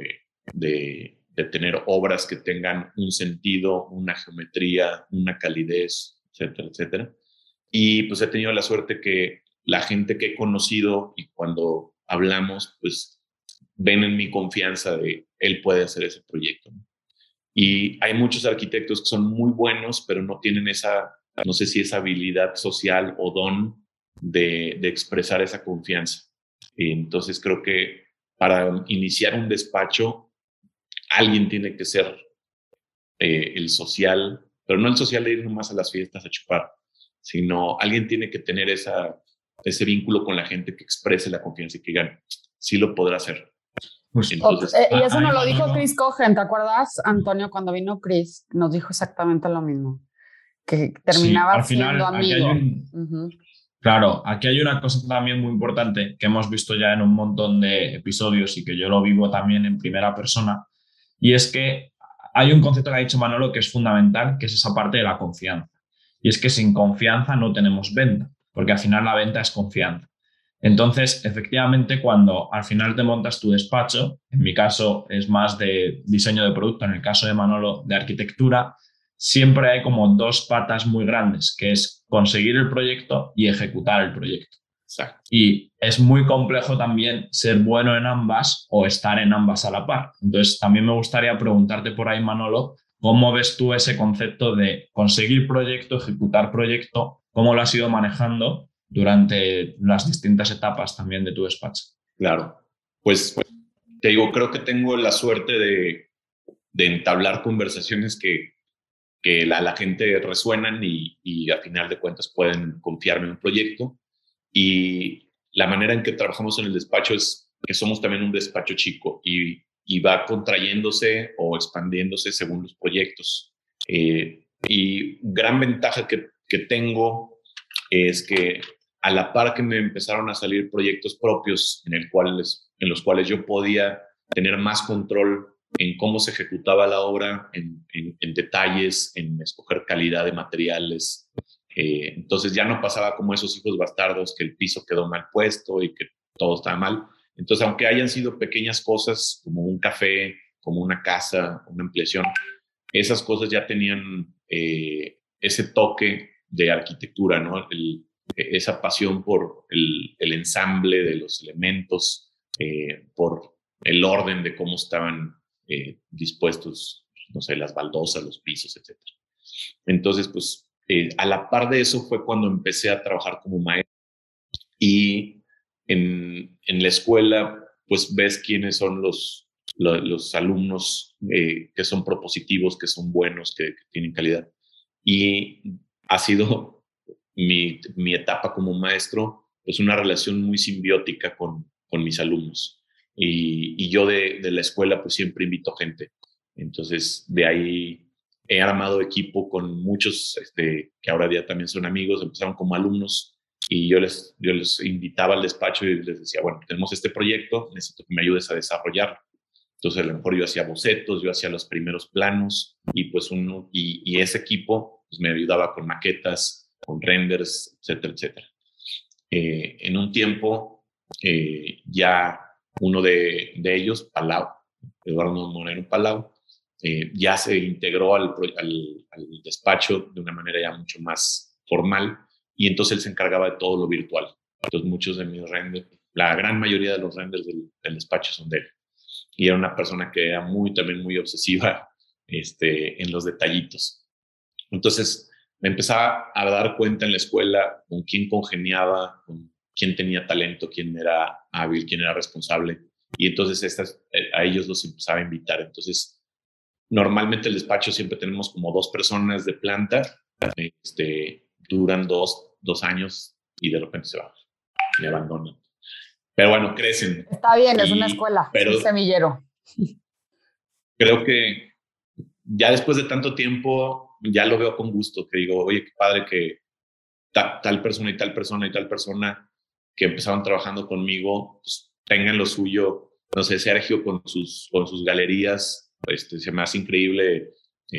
S3: de tener obras que tengan un sentido, una geometría, una calidez, etcétera, etcétera. Y pues he tenido la suerte que la gente que he conocido y cuando hablamos, pues ven en mi confianza de él puede hacer ese proyecto, ¿no? Y hay muchos arquitectos que son muy buenos, pero no tienen esa, no sé si esa habilidad social o don de expresar esa confianza. Entonces creo que para iniciar un despacho, alguien tiene que ser el social, pero no el social de ir nomás a las fiestas a chupar, sino alguien tiene que tener ese vínculo con la gente que exprese la confianza y que digan, sí lo podrá hacer.
S2: Entonces, y eso nos lo dijo Chris Cohen, ¿te acuerdas, Antonio? Cuando vino Chris, nos dijo exactamente lo mismo, que terminaba
S1: al final,
S2: siendo amigo.
S1: Claro, aquí hay una cosa también muy importante que hemos visto ya en un montón de episodios y que yo lo vivo también en primera persona, y es que hay un concepto que ha dicho Manolo que es fundamental, que es esa parte de la confianza. Y es que sin confianza no tenemos venta, porque al final la venta es confianza. Entonces, efectivamente, cuando al final te montas tu despacho, en mi caso es más de diseño de producto, en el caso de Manolo de arquitectura, siempre hay como dos patas muy grandes, que es conseguir el proyecto y ejecutar el proyecto.
S3: Exacto.
S1: Y es muy complejo también ser bueno en ambas o estar en ambas a la par. Entonces, también me gustaría preguntarte por ahí, Manolo, ¿cómo ves tú ese concepto de conseguir proyecto, ejecutar proyecto? ¿Cómo lo has ido manejando durante las distintas etapas también de tu despacho?
S3: Claro, pues te digo, creo que tengo la suerte de entablar conversaciones que a la gente resuenan y a final de cuentas pueden confiarme en un proyecto. Y la manera en que trabajamos en el despacho es que somos también un despacho chico y va contrayéndose o expandiéndose según los proyectos. Y gran ventaja que tengo es que a la par que me empezaron a salir proyectos propios en los cuales yo podía tener más control en cómo se ejecutaba la obra, en detalles, en escoger calidad de materiales. Entonces ya no pasaba como esos hijos bastardos que el piso quedó mal puesto y que todo estaba mal. Entonces, aunque hayan sido pequeñas cosas como un café, como una casa, una ampliación, esas cosas ya tenían ese toque de arquitectura, ¿no? Esa pasión por el ensamble de los elementos, por el orden de cómo estaban dispuestos, no sé, las baldosas, los pisos, etc. Entonces, pues, a la par de eso fue cuando empecé a trabajar como maestro y en la escuela, pues, ves quiénes son los alumnos que son propositivos, que son buenos, que tienen calidad. Y ha sido mi etapa como maestro, pues una relación muy simbiótica con mis alumnos. Y yo de la escuela, pues siempre invito gente. Entonces, de ahí he armado equipo con muchos que ahora ya también son amigos, empezaron como alumnos y yo les invitaba al despacho y les decía, bueno, tenemos este proyecto, necesito que me ayudes a desarrollarlo. Entonces, a lo mejor yo hacía bocetos, yo hacía los primeros planos y pues y ese equipo pues, me ayudaba con maquetas, con renders, etcétera, etcétera. En un tiempo, ya uno de ellos, Palau, Eduardo Moreno Palau, ya se integró al despacho de una manera ya mucho más formal y entonces él se encargaba de todo lo virtual. Entonces muchos de mis renders, la gran mayoría de los renders del despacho son de él. Y era una persona que era también muy obsesiva en los detallitos. Entonces me empezaba a dar cuenta en la escuela con quién congeniaba, con quién tenía talento, quién era hábil, quién era responsable. Y entonces a ellos los empezaba a invitar. Entonces, normalmente el despacho siempre tenemos como 2 personas de planta, duran dos años y de repente se van, me abandonan. Pero bueno, crecen.
S2: Está bien, es una escuela,
S3: pero
S2: es un semillero.
S3: Creo que ya después de tanto tiempo, ya lo veo con gusto, que digo, oye, qué padre que tal persona y tal persona y tal persona que empezaron trabajando conmigo, pues, tengan lo suyo. No sé, Sergio con sus galerías, se me hace increíble.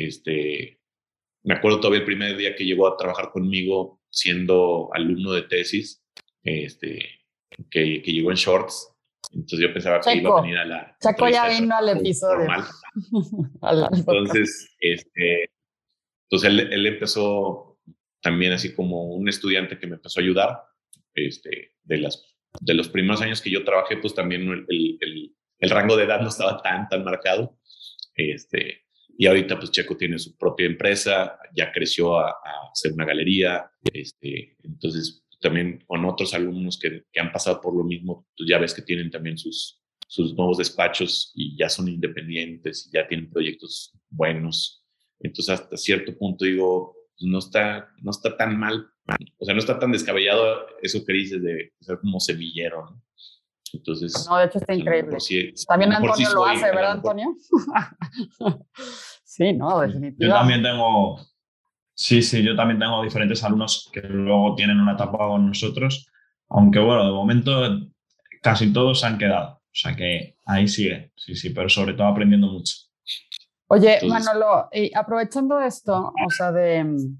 S3: Me acuerdo todavía el primer día que llegó a trabajar conmigo siendo alumno de tesis, que llegó en shorts. Entonces yo pensaba que iba a venir a la
S2: Checo ya vino al episodio.
S3: Entonces, pues él empezó también así como un estudiante que me empezó a ayudar. De los primeros años que yo trabajé, pues también el rango de edad no estaba tan marcado. Y ahorita pues Checo tiene su propia empresa, ya creció a hacer una galería. Entonces también con otros alumnos que han pasado por lo mismo, pues ya ves que tienen también sus nuevos despachos y ya son independientes y ya tienen proyectos buenos. Entonces hasta cierto punto digo, no está tan mal, o sea, no está tan descabellado eso que dices de ser como semillero, ¿no? Entonces,
S2: no, de hecho está increíble.
S3: Sí,
S2: también Antonio lo hace, ¿verdad, Antonio? Sí, no, definitivamente.
S1: Yo también tengo, yo también tengo diferentes alumnos que luego tienen una etapa con nosotros, aunque bueno, de momento casi todos se han quedado, o sea que ahí sigue, sí, pero sobre todo aprendiendo mucho.
S2: Oye, entonces, Manolo, y aprovechando esto, o sea, de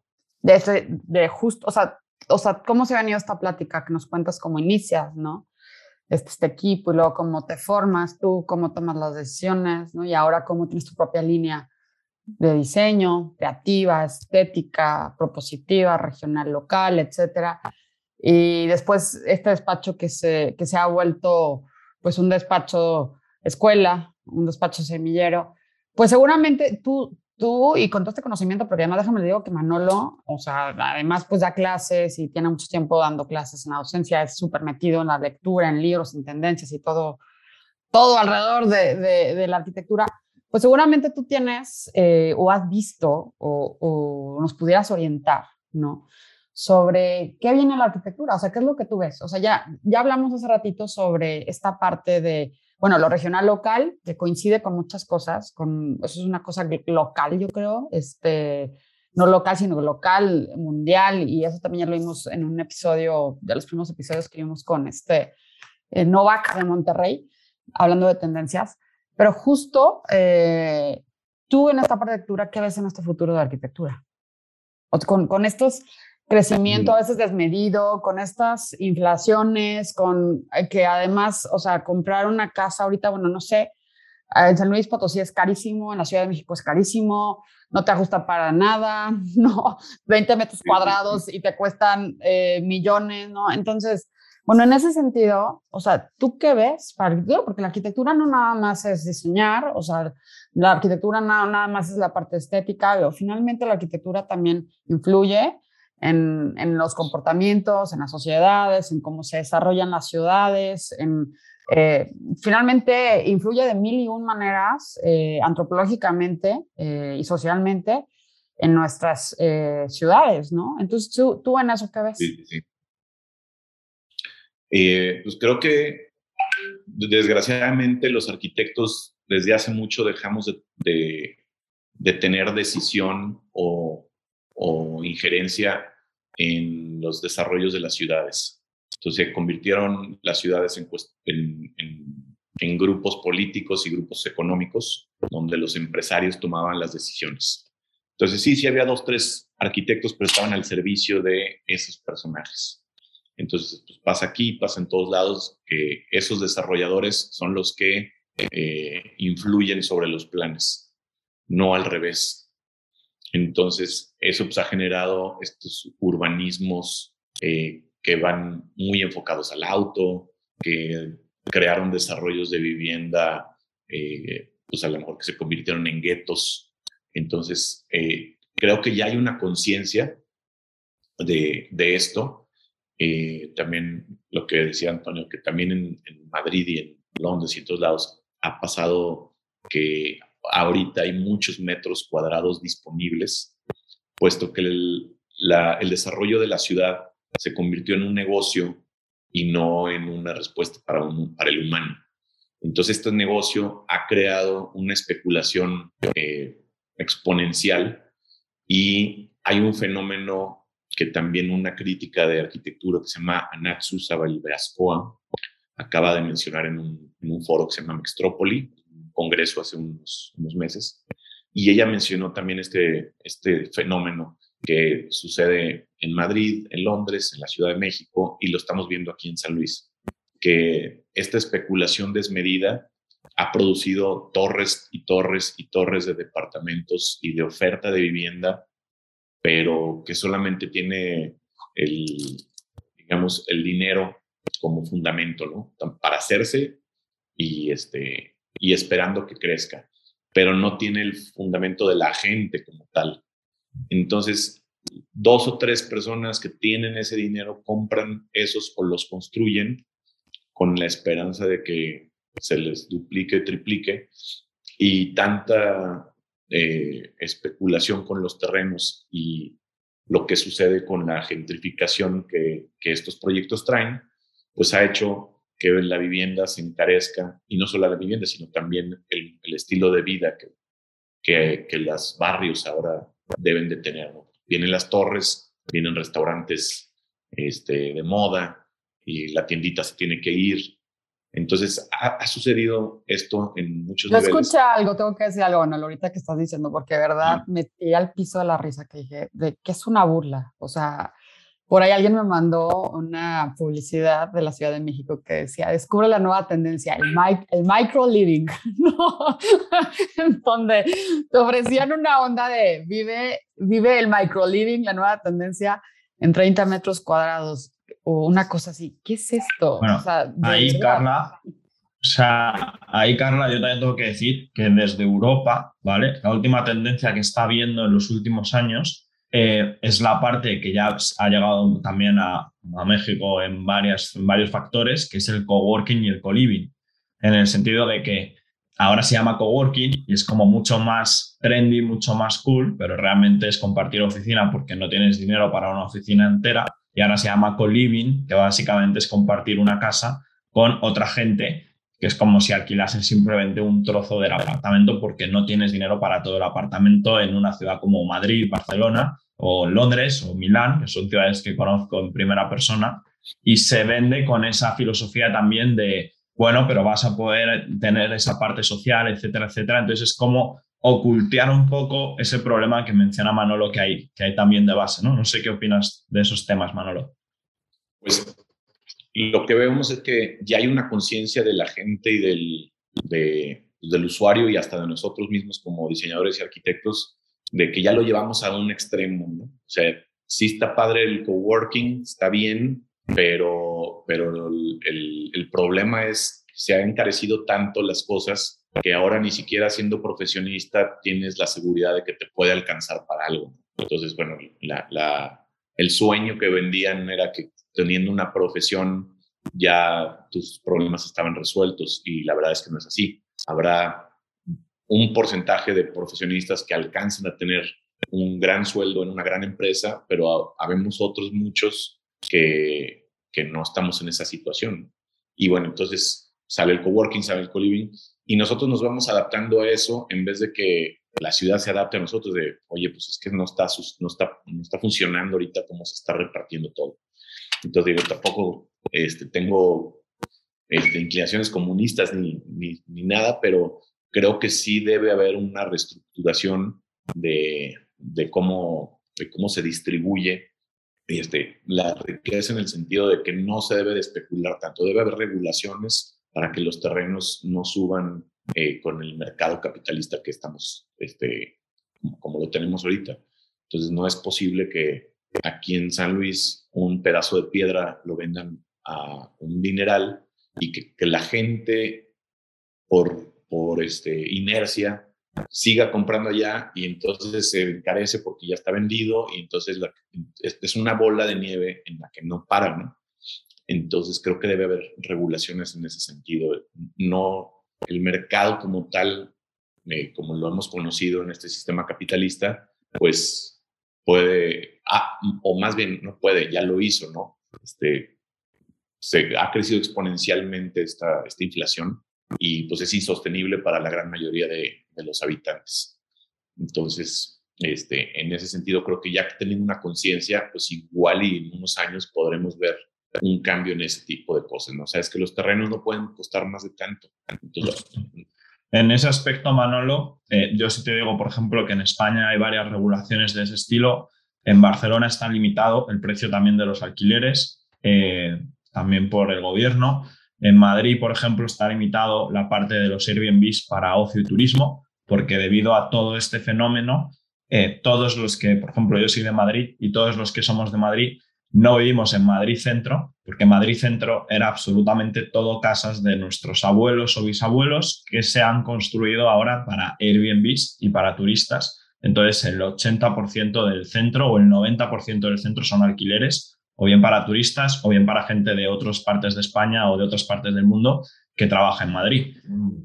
S2: justo, o sea, ¿cómo se ha venido esta plática que nos cuentas cómo inicias, ¿no? Este equipo y luego cómo te formas tú, cómo tomas las decisiones, ¿no? Y ahora cómo tienes tu propia línea de diseño, creativa, estética, propositiva, regional, local, etcétera. Y después este despacho que se ha vuelto pues un despacho escuela, un despacho semillero, pues seguramente tú y con todo este conocimiento, porque además déjame le digo que Manolo, o sea, además pues da clases y tiene mucho tiempo dando clases en la docencia, es súper metido en la lectura, en libros, en tendencias y todo alrededor de la arquitectura, pues seguramente tú tienes o has visto o nos pudieras orientar, ¿no? Sobre qué viene la arquitectura, o sea, qué es lo que tú ves. O sea, ya hablamos hace ratito sobre esta parte de, bueno, lo regional local, que coincide con muchas cosas, eso es una cosa local, yo creo, no local, sino local, mundial, y eso también ya lo vimos en un episodio, de los primeros episodios que vimos con Novak de Monterrey, hablando de tendencias, pero justo tú en esta parte de arquitectura, ¿qué ves en este futuro de arquitectura? Con estos crecimientos a veces desmedido, con estas inflaciones, con que además, o sea, comprar una casa ahorita, bueno, no sé, en San Luis Potosí es carísimo, en la Ciudad de México es carísimo, no te ajusta para nada, no, 20 metros cuadrados y te cuestan millones, ¿no? Entonces, bueno, en ese sentido, o sea, ¿tú qué ves para arquitectura? Porque la arquitectura no nada más es diseñar, o sea, la arquitectura nada más es la parte estética, pero finalmente la arquitectura también influye en los comportamientos, en las sociedades, en cómo se desarrollan las ciudades, finalmente influye de mil y un maneras antropológicamente y socialmente en nuestras ciudades, ¿no? Entonces, ¿tú en eso qué ves?
S3: Sí. Pues creo que desgraciadamente los arquitectos desde hace mucho dejamos de tener decisión o injerencia en los desarrollos de las ciudades. Entonces se convirtieron las ciudades en grupos políticos y grupos económicos donde los empresarios tomaban las decisiones. Entonces sí había 2, 3 arquitectos, pero estaban al servicio de esos personajes. Entonces pues pasa aquí, pasa en todos lados, que esos desarrolladores son los que influyen sobre los planes, no al revés. Entonces eso pues ha generado estos urbanismos que van muy enfocados al auto, que crearon desarrollos de vivienda, pues a lo mejor que se convirtieron en guetos. Entonces, creo que ya hay una conciencia de esto. También lo que decía Antonio, que también en Madrid y en Londres y en todos lados ha pasado que ahorita hay muchos metros cuadrados disponibles, puesto que el desarrollo de la ciudad se convirtió en un negocio y no en una respuesta para el humano. Entonces, este negocio ha creado una especulación exponencial y hay un fenómeno que también una crítica de arquitectura que se llama Anatsu Zabaliberaskoa acaba de mencionar en un foro que se llama Mextrópoli, un congreso hace unos meses, y ella mencionó también este fenómeno que sucede en Madrid, en Londres, en la Ciudad de México, y lo estamos viendo aquí en San Luis, que esta especulación desmedida ha producido torres y torres y torres de departamentos y de oferta de vivienda, pero que solamente tiene digamos, el dinero como fundamento, ¿no? Para hacerse y esperando que crezca, pero no tiene el fundamento de la gente como tal. Entonces, 2 o 3 personas que tienen ese dinero compran esos o los construyen con la esperanza de que se les duplique, triplique, y tanta especulación con los terrenos y lo que sucede con la gentrificación que estos proyectos traen, pues ha hecho que la vivienda se encarezca, y no solo la vivienda, sino también el estilo de vida que los barrios ahora deben de tener, ¿no? Vienen las torres, vienen restaurantes de moda y la tiendita se tiene que ir. Entonces ha sucedido esto en muchos
S2: Yo
S3: niveles.
S2: escuché algo, tengo que decir algo, bueno, ahorita que estás diciendo, porque de verdad me tiré al piso de la risa que dije, de que es una burla. O sea, por ahí alguien me mandó una publicidad de la Ciudad de México que decía, descubre la nueva tendencia, el micro living, ¿no? En donde te ofrecían una onda de vive el micro living, la nueva tendencia en 30 metros cuadrados o una cosa así. ¿Qué es esto?
S1: Bueno,
S2: o sea,
S1: ahí, Carla, yo también tengo que decir que desde Europa, ¿vale? La última tendencia que está habiendo en los últimos años es la parte que ya ha llegado también a México en varios factores, que es el coworking y el co-living, en el sentido de que ahora se llama coworking y es como mucho más trendy, mucho más cool, pero realmente es compartir oficina porque no tienes dinero para una oficina entera, y ahora se llama co-living, que básicamente es compartir una casa con otra gente, que es como si alquilases simplemente un trozo del apartamento porque no tienes dinero para todo el apartamento en una ciudad como Madrid, Barcelona o Londres o Milán, que son ciudades que conozco en primera persona, y se vende con esa filosofía también de, bueno, pero vas a poder tener esa parte social, etcétera, etcétera. Entonces es como ocultar un poco ese problema que menciona Manolo que hay también de base, ¿no? No sé qué opinas de esos temas, Manolo.
S3: Pues lo que vemos es que ya hay una conciencia de la gente y del usuario y hasta de nosotros mismos como diseñadores y arquitectos, de que ya lo llevamos a un extremo, ¿no? O sea, sí está padre el coworking, está bien, pero el problema es que se han encarecido tanto las cosas que ahora ni siquiera siendo profesionista tienes la seguridad de que te puede alcanzar para algo. Entonces, bueno, el sueño que vendían era que teniendo una profesión ya tus problemas estaban resueltos, y la verdad es que no es así. Habrá un porcentaje de profesionistas que alcancen a tener un gran sueldo en una gran empresa, pero habemos otros muchos que no estamos en esa situación. Y bueno, entonces sale el coworking, sale el co-living, y nosotros nos vamos adaptando a eso en vez de que la ciudad se adapte a nosotros de, oye, pues es que no está funcionando ahorita cómo se está repartiendo todo. Entonces digo, tampoco tengo inclinaciones comunistas ni nada, pero creo que sí debe haber una reestructuración de cómo se distribuye la riqueza, en el sentido de que no se debe de especular tanto. Debe haber regulaciones para que los terrenos no suban con el mercado capitalista que estamos, como lo tenemos ahorita. Entonces no es posible que aquí en San Luis un pedazo de piedra lo vendan a un dineral y que la gente por inercia siga comprando allá, y entonces se encarece porque ya está vendido, y entonces es una bola de nieve en la que no para, ¿no? Entonces creo que debe haber regulaciones en ese sentido. No el mercado como tal, como lo hemos conocido en este sistema capitalista, pues puede, o más bien no puede, ya lo hizo, ¿no? Se ha crecido exponencialmente esta inflación, y pues es insostenible para la gran mayoría de los habitantes. Entonces, en ese sentido, creo que ya teniendo una conciencia, pues igual y en unos años podremos ver un cambio en ese tipo de cosas, ¿no? O sea, es que los terrenos no pueden costar más de tanto. Entonces,
S1: en ese aspecto, Manolo, yo sí te digo, por ejemplo, que en España hay varias regulaciones de ese estilo. En Barcelona está limitado el precio también de los alquileres, también por el gobierno. En Madrid, por ejemplo, está limitado la parte de los Airbnbs para ocio y turismo, porque debido a todo este fenómeno, todos los que, por ejemplo, yo soy de Madrid, y todos los que somos de Madrid no vivimos en Madrid Centro, porque Madrid Centro era absolutamente todo casas de nuestros abuelos o bisabuelos que se han construido ahora para Airbnbs y para turistas. Entonces, el 80% del centro o el 90% del centro son alquileres, o bien para turistas o bien para gente de otras partes de España o de otras partes del mundo que trabaja en Madrid.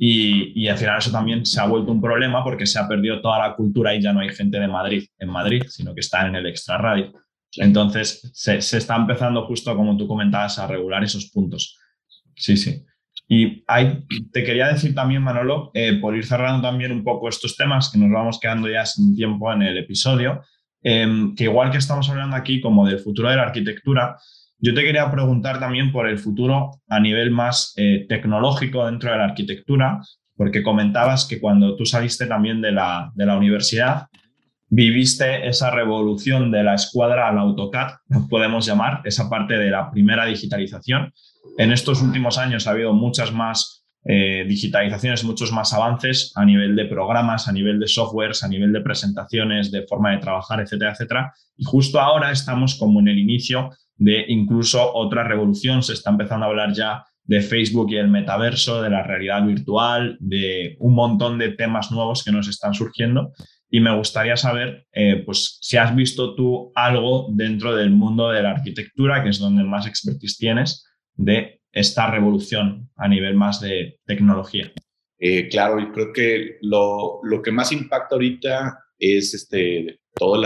S1: Y al final eso también se ha vuelto un problema, porque se ha perdido toda la cultura y ya no hay gente de Madrid en Madrid, sino que está en el extrarradio. Entonces, se está empezando, justo como tú comentabas, a regular esos puntos. Sí, sí. Y te quería decir también, Manolo, por ir cerrando también un poco estos temas, que nos vamos quedando ya sin tiempo en el episodio, que igual que estamos hablando aquí como del futuro de la arquitectura, yo te quería preguntar también por el futuro a nivel más tecnológico dentro de la arquitectura, porque comentabas que cuando tú saliste también de la universidad, viviste esa revolución de la escuadra al AutoCAD, nos podemos llamar, esa parte de la primera digitalización. En estos últimos años ha habido muchas más digitalizaciones, muchos más avances a nivel de programas, a nivel de softwares, a nivel de presentaciones, de forma de trabajar, etcétera, etcétera. Y justo ahora estamos como en el inicio de incluso otra revolución. Se está empezando a hablar ya de Facebook y el metaverso, de la realidad virtual, de un montón de temas nuevos que nos están surgiendo. Y me gustaría saber, pues, si has visto tú algo dentro del mundo de la arquitectura, que es donde más expertise tienes, de esta revolución a nivel más de tecnología.
S3: Claro, yo creo que lo que más impacta ahorita es todo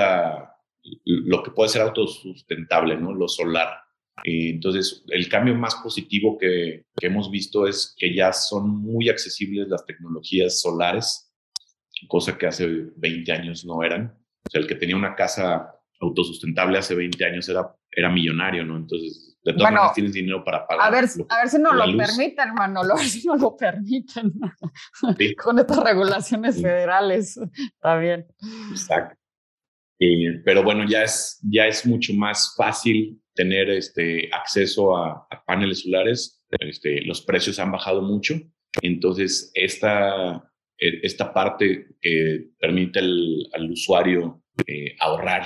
S3: lo que puede ser autosustentable, ¿no? Lo solar. Entonces, el cambio más positivo que hemos visto es que ya son muy accesibles las tecnologías solares, cosa que hace 20 años no eran. O sea, el que tenía una casa autosustentable hace 20 años era millonario, ¿no? Entonces, de todas maneras tienes dinero para pagar.
S2: A ver si nos lo permiten, Manolo, a ver si nos lo permiten. Sí. Con estas regulaciones federales, está bien.
S3: Exacto. Pero bueno, ya es mucho más fácil tener acceso a paneles solares. Los precios han bajado mucho. Entonces, esta parte que permite al usuario ahorrar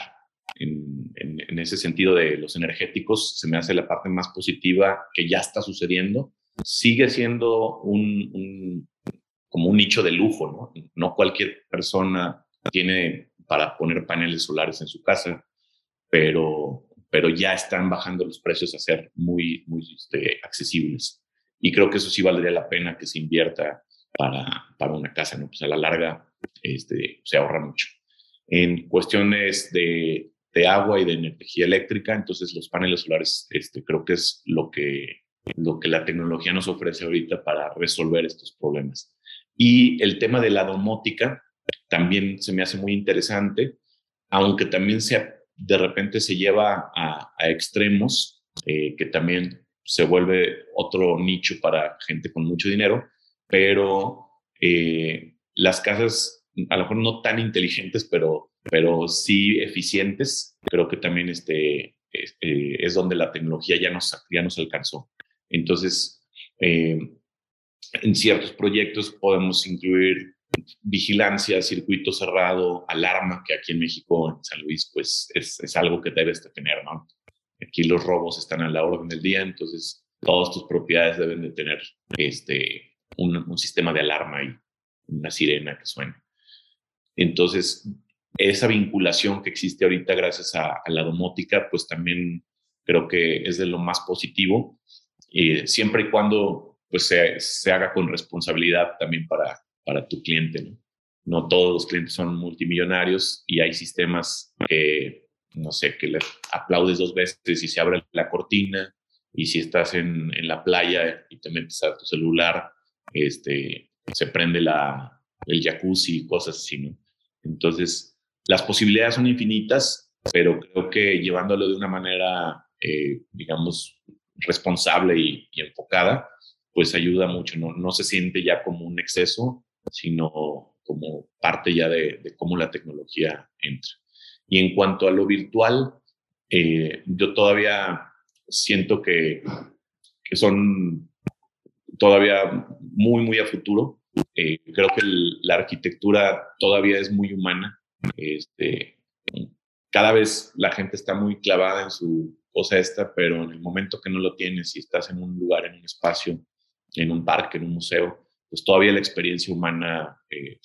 S3: en ese sentido de los energéticos, se me hace la parte más positiva que ya está sucediendo. Sigue siendo como un nicho de lujo, ¿no? No cualquier persona tiene para poner paneles solares en su casa, pero ya están bajando los precios a ser muy, muy accesibles. Y creo que eso sí valdría la pena que se invierta para una casa, ¿no? Pues a la larga se ahorra mucho. En cuestiones de agua y de energía eléctrica, entonces los paneles solares creo que es lo que la tecnología nos ofrece ahorita para resolver estos problemas. Y el tema de la domótica, también se me hace muy interesante, aunque también de repente se lleva a extremos, que también se vuelve otro nicho para gente con mucho dinero, pero las casas a lo mejor no tan inteligentes, pero sí eficientes, creo que también es donde la tecnología ya nos alcanzó. Entonces, en ciertos proyectos podemos incluir vigilancia, circuito cerrado, alarma, que aquí en México, en San Luis, pues es algo que debes de tener, ¿no? Aquí los robos están a la orden del día, entonces todas tus propiedades deben de tener un sistema de alarma y una sirena que suene. Entonces, esa vinculación que existe ahorita gracias a la domótica, pues también creo que es de lo más positivo, siempre y cuando pues se haga con responsabilidad también para tu cliente, ¿no? No todos los clientes son multimillonarios y hay sistemas que, no sé, que les aplaudes 2 veces y se abre la cortina, y si estás en la playa y te metes a tu celular, se prende el jacuzzi y cosas así, ¿no? Entonces, las posibilidades son infinitas, pero creo que llevándolo de una manera, digamos, responsable y enfocada, pues ayuda mucho. No se siente ya como un exceso, sino como parte ya de cómo la tecnología entra. Y en cuanto a lo virtual, yo todavía siento que son todavía muy, muy a futuro. Creo que la arquitectura todavía es muy humana. Cada vez la gente está muy clavada en su cosa pero en el momento que no lo tienes, si estás en un lugar, en un espacio, en un parque, en un museo, pues todavía la experiencia humana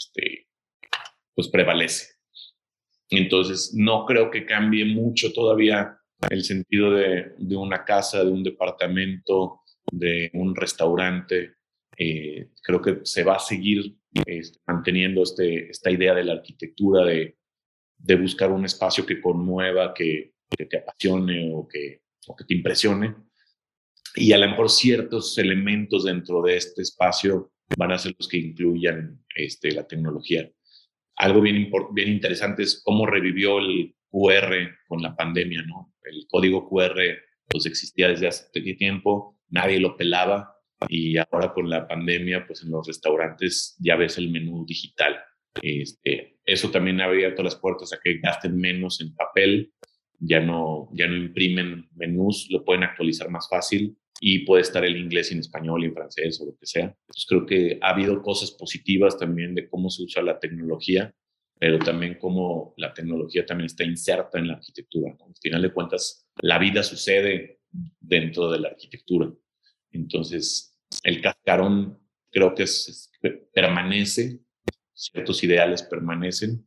S3: pues prevalece. Entonces, no creo que cambie mucho todavía el sentido de una casa, de un departamento, de un restaurante. Creo que se va a seguir manteniendo esta idea de la arquitectura, de buscar un espacio que conmueva, que te apasione o que te impresione. Y a lo mejor ciertos elementos dentro de este espacio van a ser los que incluyan la tecnología. Algo bien interesante es cómo revivió el QR con la pandemia, ¿no? El código QR pues existía desde hace tiempo, nadie lo pelaba, y ahora con la pandemia pues en los restaurantes ya ves el menú digital. Eso también ha abierto las puertas a que gasten menos en papel, ya no imprimen menús, lo pueden actualizar más fácil y puede estar el inglés y en español y en francés o lo que sea. Entonces creo que ha habido cosas positivas también de cómo se usa la tecnología, pero también cómo la tecnología también está inserta en la arquitectura, ¿no? Al final de cuentas, la vida sucede dentro de la arquitectura. Entonces, el cascarón creo que permanece, ciertos ideales permanecen.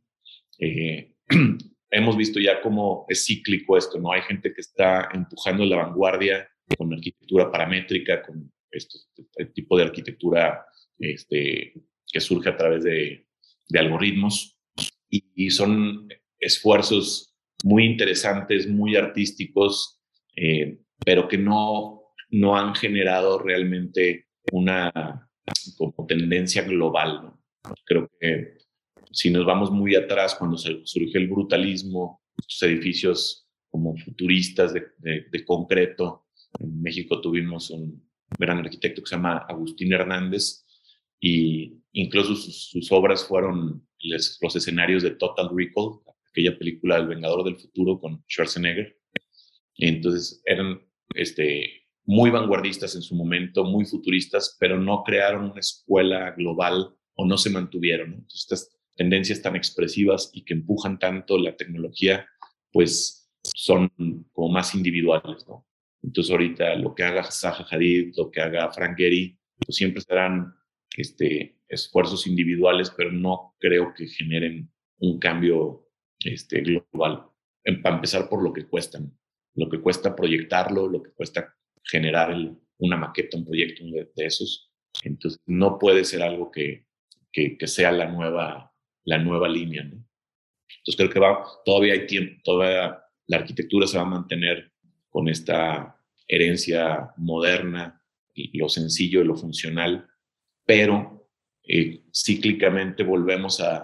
S3: Hemos visto ya cómo es cíclico esto, ¿no? Hay gente que está empujando la vanguardia con arquitectura paramétrica, con este tipo de arquitectura que surge a través de algoritmos, y son esfuerzos muy interesantes, muy artísticos, pero que no han generado realmente una como tendencia global, ¿no? Creo que si nos vamos muy atrás, cuando surgió el brutalismo, estos edificios como futuristas de concreto, en México tuvimos un gran arquitecto que se llama Agustín Hernández, y incluso sus obras fueron los escenarios de Total Recall, aquella película El Vengador del Futuro con Schwarzenegger. Entonces eran muy vanguardistas en su momento, muy futuristas, pero no crearon una escuela global o no se mantuvieron, ¿no? Entonces estas tendencias tan expresivas y que empujan tanto la tecnología, pues son como más individuales, ¿no? Entonces ahorita lo que haga Zaha Hadid, lo que haga Frank Gehry, pues siempre serán esfuerzos individuales, pero no creo que generen un cambio global. Para empezar por lo que cuestan, lo que cuesta proyectarlo, lo que cuesta generar una maqueta, un proyecto de esos. Entonces no puede ser algo que sea la nueva línea, ¿no? Entonces creo que todavía hay tiempo, todavía la arquitectura se va a mantener con esta herencia moderna, y lo sencillo y lo funcional, pero cíclicamente volvemos a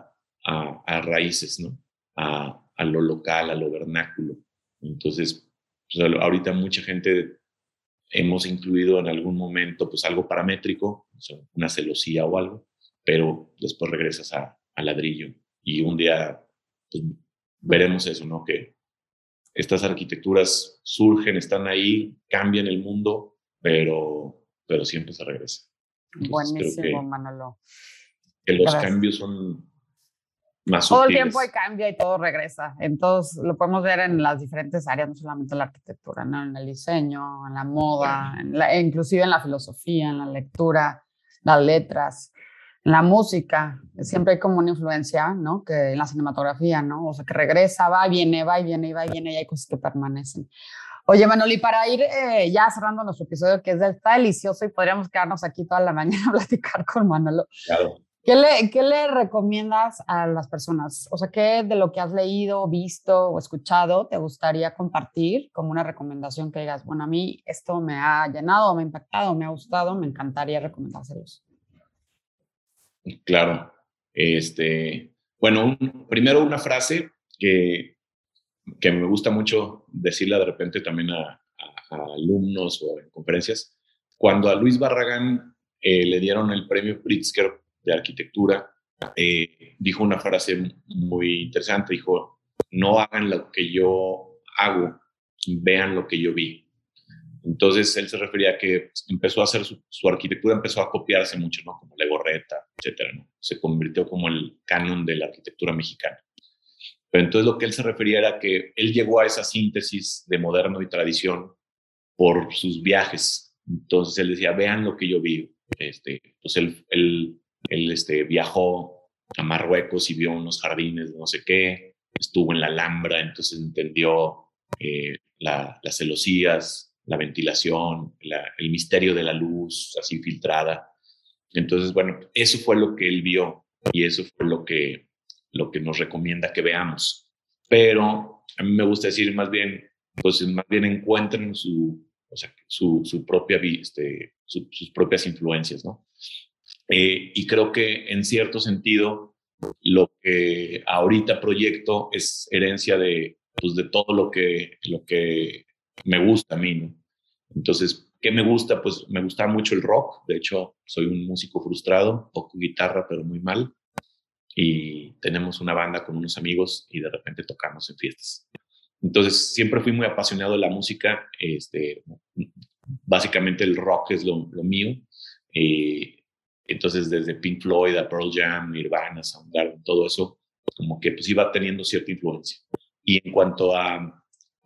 S3: a raíces, ¿no? A lo local, a lo vernáculo. Entonces, pues, ahorita mucha gente hemos incluido en algún momento pues algo paramétrico, o sea, una celosía o algo, pero después regresas a ladrillo y un día pues, veremos eso, ¿no? Que estas arquitecturas surgen, están ahí, cambian el mundo, pero siempre se regresa. Entonces
S2: Buenísimo,
S3: creo
S2: Manolo.
S3: que los
S2: Gracias.
S3: cambios son más
S2: Todo el
S3: sutiles.
S2: tiempo hay cambio y todo regresa. Entonces, lo podemos ver en las diferentes áreas, no solamente en la arquitectura, ¿no? En el diseño, en la moda, inclusive en la filosofía, en la lectura, las letras, en la música. Siempre hay como una influencia, ¿no? Que en la cinematografía, ¿no? O sea, que regresa, va y viene, va y viene, va y viene, y hay cosas que permanecen. Oye, Manoli, para ir ya cerrando nuestro episodio, que está delicioso y podríamos quedarnos aquí toda la mañana a platicar con Manolo.
S3: Claro.
S2: ¿Qué le recomiendas a las personas? O sea, ¿qué de lo que has leído, visto o escuchado te gustaría compartir como una recomendación que digas, bueno, a mí esto me ha llenado, me ha impactado, me ha gustado, me encantaría recomendárselos?
S3: Claro. Bueno, primero una frase que me gusta mucho decirla de repente también a alumnos o en conferencias. Cuando a Luis Barragán le dieron el premio Pritzker de arquitectura, dijo una frase muy interesante. Dijo, no hagan lo que yo hago, vean lo que yo vi. Entonces él se refería a que empezó a hacer su arquitectura, empezó a copiarse mucho, ¿no? Como Legorreta, etcétera, ¿no? Se convirtió como el canon de la arquitectura mexicana. Pero entonces lo que él se refería era que él llegó a esa síntesis de moderno y tradición por sus viajes. Entonces él decía, vean lo que yo vi. Pues él viajó a Marruecos y vio unos jardines de no sé qué, estuvo en la Alhambra, entonces entendió las celosías, la ventilación, el misterio de la luz así filtrada. Entonces, bueno, eso fue lo que él vio y eso fue lo que nos recomienda que veamos. Pero a mí me gusta decir más bien, pues más bien encuentren su propia, sus propias influencias, ¿no? Y creo que en cierto sentido lo que ahorita proyecto es herencia pues, de todo lo que me gusta a mí, ¿no? Entonces, ¿qué me gusta? Pues me gusta mucho el rock. De hecho, soy un músico frustrado, toco guitarra, pero muy mal. Y tenemos una banda con unos amigos y de repente tocamos en fiestas. Entonces, siempre fui muy apasionado de la música. Básicamente el rock es lo mío. Entonces, desde Pink Floyd a Pearl Jam, Nirvana, Soundgarden, todo eso, como que pues iba teniendo cierta influencia. Y en cuanto a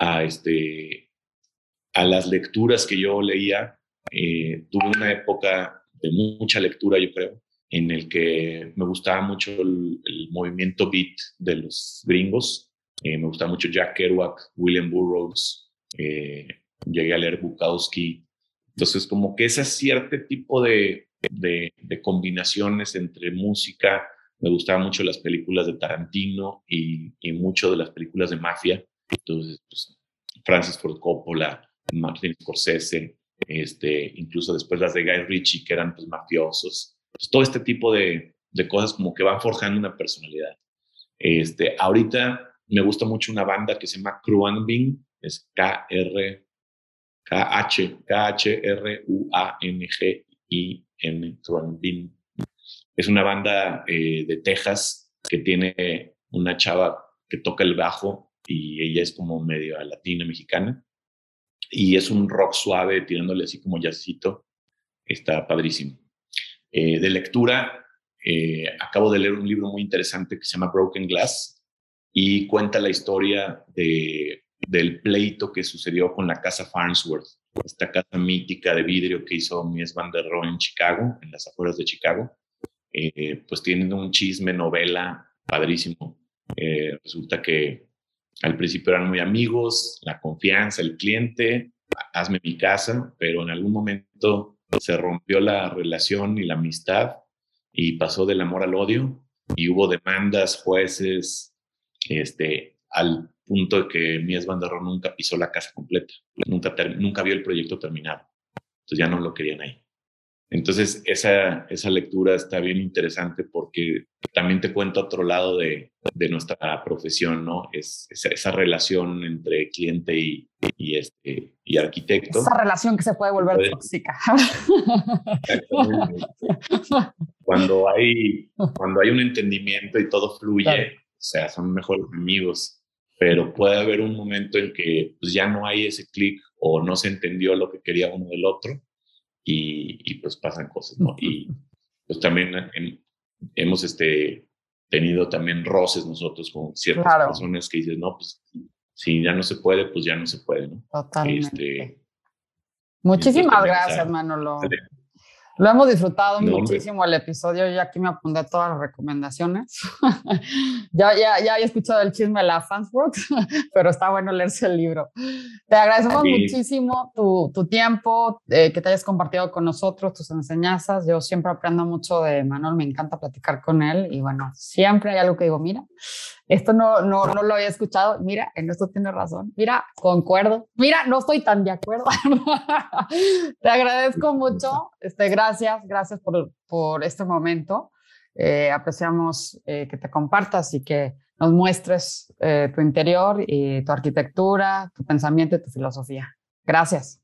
S3: las lecturas que yo leía, tuve una época de mucha lectura, yo creo, en el que me gustaba mucho el movimiento beat de los gringos. Me gustaba mucho Jack Kerouac, William Burroughs, llegué a leer Bukowski. Entonces, como que ese cierto tipo de combinaciones entre música, me gustaban mucho las películas de Tarantino y mucho de las películas de mafia. Entonces, pues, Francis Ford Coppola, Martin Scorsese, incluso después las de Guy Ritchie, que eran pues mafiosos. Pues, todo este tipo de cosas como que van forjando una personalidad. Ahorita me gusta mucho una banda que se llama Khruangbin, es Khruangbin, Khruangbin. Es una banda de Texas que tiene una chava que toca el bajo y ella es como medio latina mexicana y es un rock suave tirándole así como jazzito. Está padrísimo. De lectura, acabo de leer un libro muy interesante que se llama Broken Glass y cuenta la historia del pleito que sucedió con la casa Farnsworth, esta casa mítica de vidrio que hizo Mies van der Rohe en Chicago, en las afueras de Chicago. Pues tienen un chisme, novela, padrísimo. Resulta que al principio eran muy amigos, la confianza, el cliente, hazme mi casa, pero en algún momento se rompió la relación y la amistad y pasó del amor al odio y hubo demandas, jueces, al punto de que Mies van der Rohe nunca pisó la casa completa, nunca vio el proyecto terminado, entonces ya no lo querían ahí. Entonces, esa lectura está bien interesante porque también te cuenta otro lado de nuestra profesión, ¿no? Es esa relación entre cliente y arquitecto.
S2: Esa relación que se puede volver tóxica.
S3: Exactamente. Cuando hay un entendimiento y todo fluye, claro, o sea, son mejores amigos, pero puede haber un momento en que pues, ya no hay ese clic o no se entendió lo que quería uno del otro. Y pues pasan cosas, ¿no? Y pues también hemos tenido también roces nosotros con ciertas claro. personas que dicen, no, pues si ya no se puede, pues ya no se puede, ¿no?
S2: Totalmente. Muchísimas gracias, Manolo. Lo hemos disfrutado muchísimo el episodio. Yo aquí me apunté todas las recomendaciones. ya había escuchado el chisme de la Fansworld, pero está bueno leerse el libro. Te agradecemos muchísimo tu tiempo, que te hayas compartido con nosotros, tus enseñanzas. Yo siempre aprendo mucho de Manolo, me encanta platicar con él. Y bueno, siempre hay algo que digo, mira, esto no lo había escuchado. Mira, en esto tienes razón. Mira, concuerdo. Mira, no estoy tan de acuerdo. Te agradezco mucho. Gracias por este momento. Apreciamos que te compartas y que nos muestres tu interior y tu arquitectura, tu pensamiento y tu filosofía. Gracias.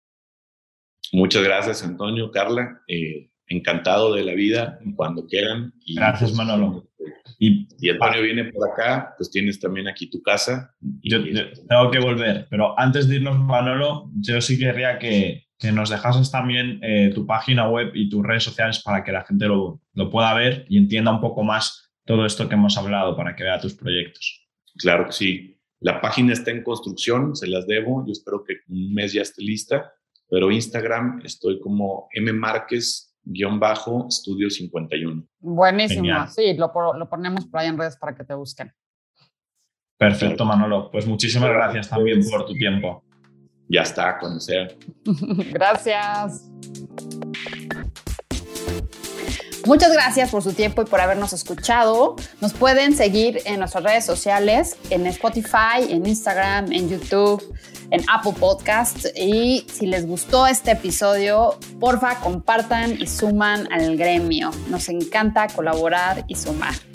S3: Muchas gracias, Antonio, Carla. Encantado de la vida cuando quieran.
S1: Gracias, pues, Manolo.
S3: Y Antonio viene por acá, pues tienes también aquí tu casa.
S1: Yo tengo que volver, pero antes de irnos, Manolo, yo sí querría que nos dejases también tu página web y tus redes sociales para que la gente lo pueda ver y entienda un poco más todo esto que hemos hablado, para que vea tus proyectos.
S3: Claro que sí. La página está en construcción, se las debo. Yo espero que en un mes ya esté lista, pero Instagram estoy como mmarquez_estudio 51.
S2: Buenísimo. Genial. Sí, lo ponemos por ahí en redes para que te busquen.
S1: Perfecto, Manolo. Pues muchísimas gracias también por tu tiempo.
S3: Ya está, cuando sea.
S2: Gracias. Muchas gracias por su tiempo y por habernos escuchado. Nos pueden seguir en nuestras redes sociales, en Spotify, en Instagram, en YouTube, en Apple Podcasts. Y si les gustó este episodio, porfa, compartan y suman al gremio. Nos encanta colaborar y sumar.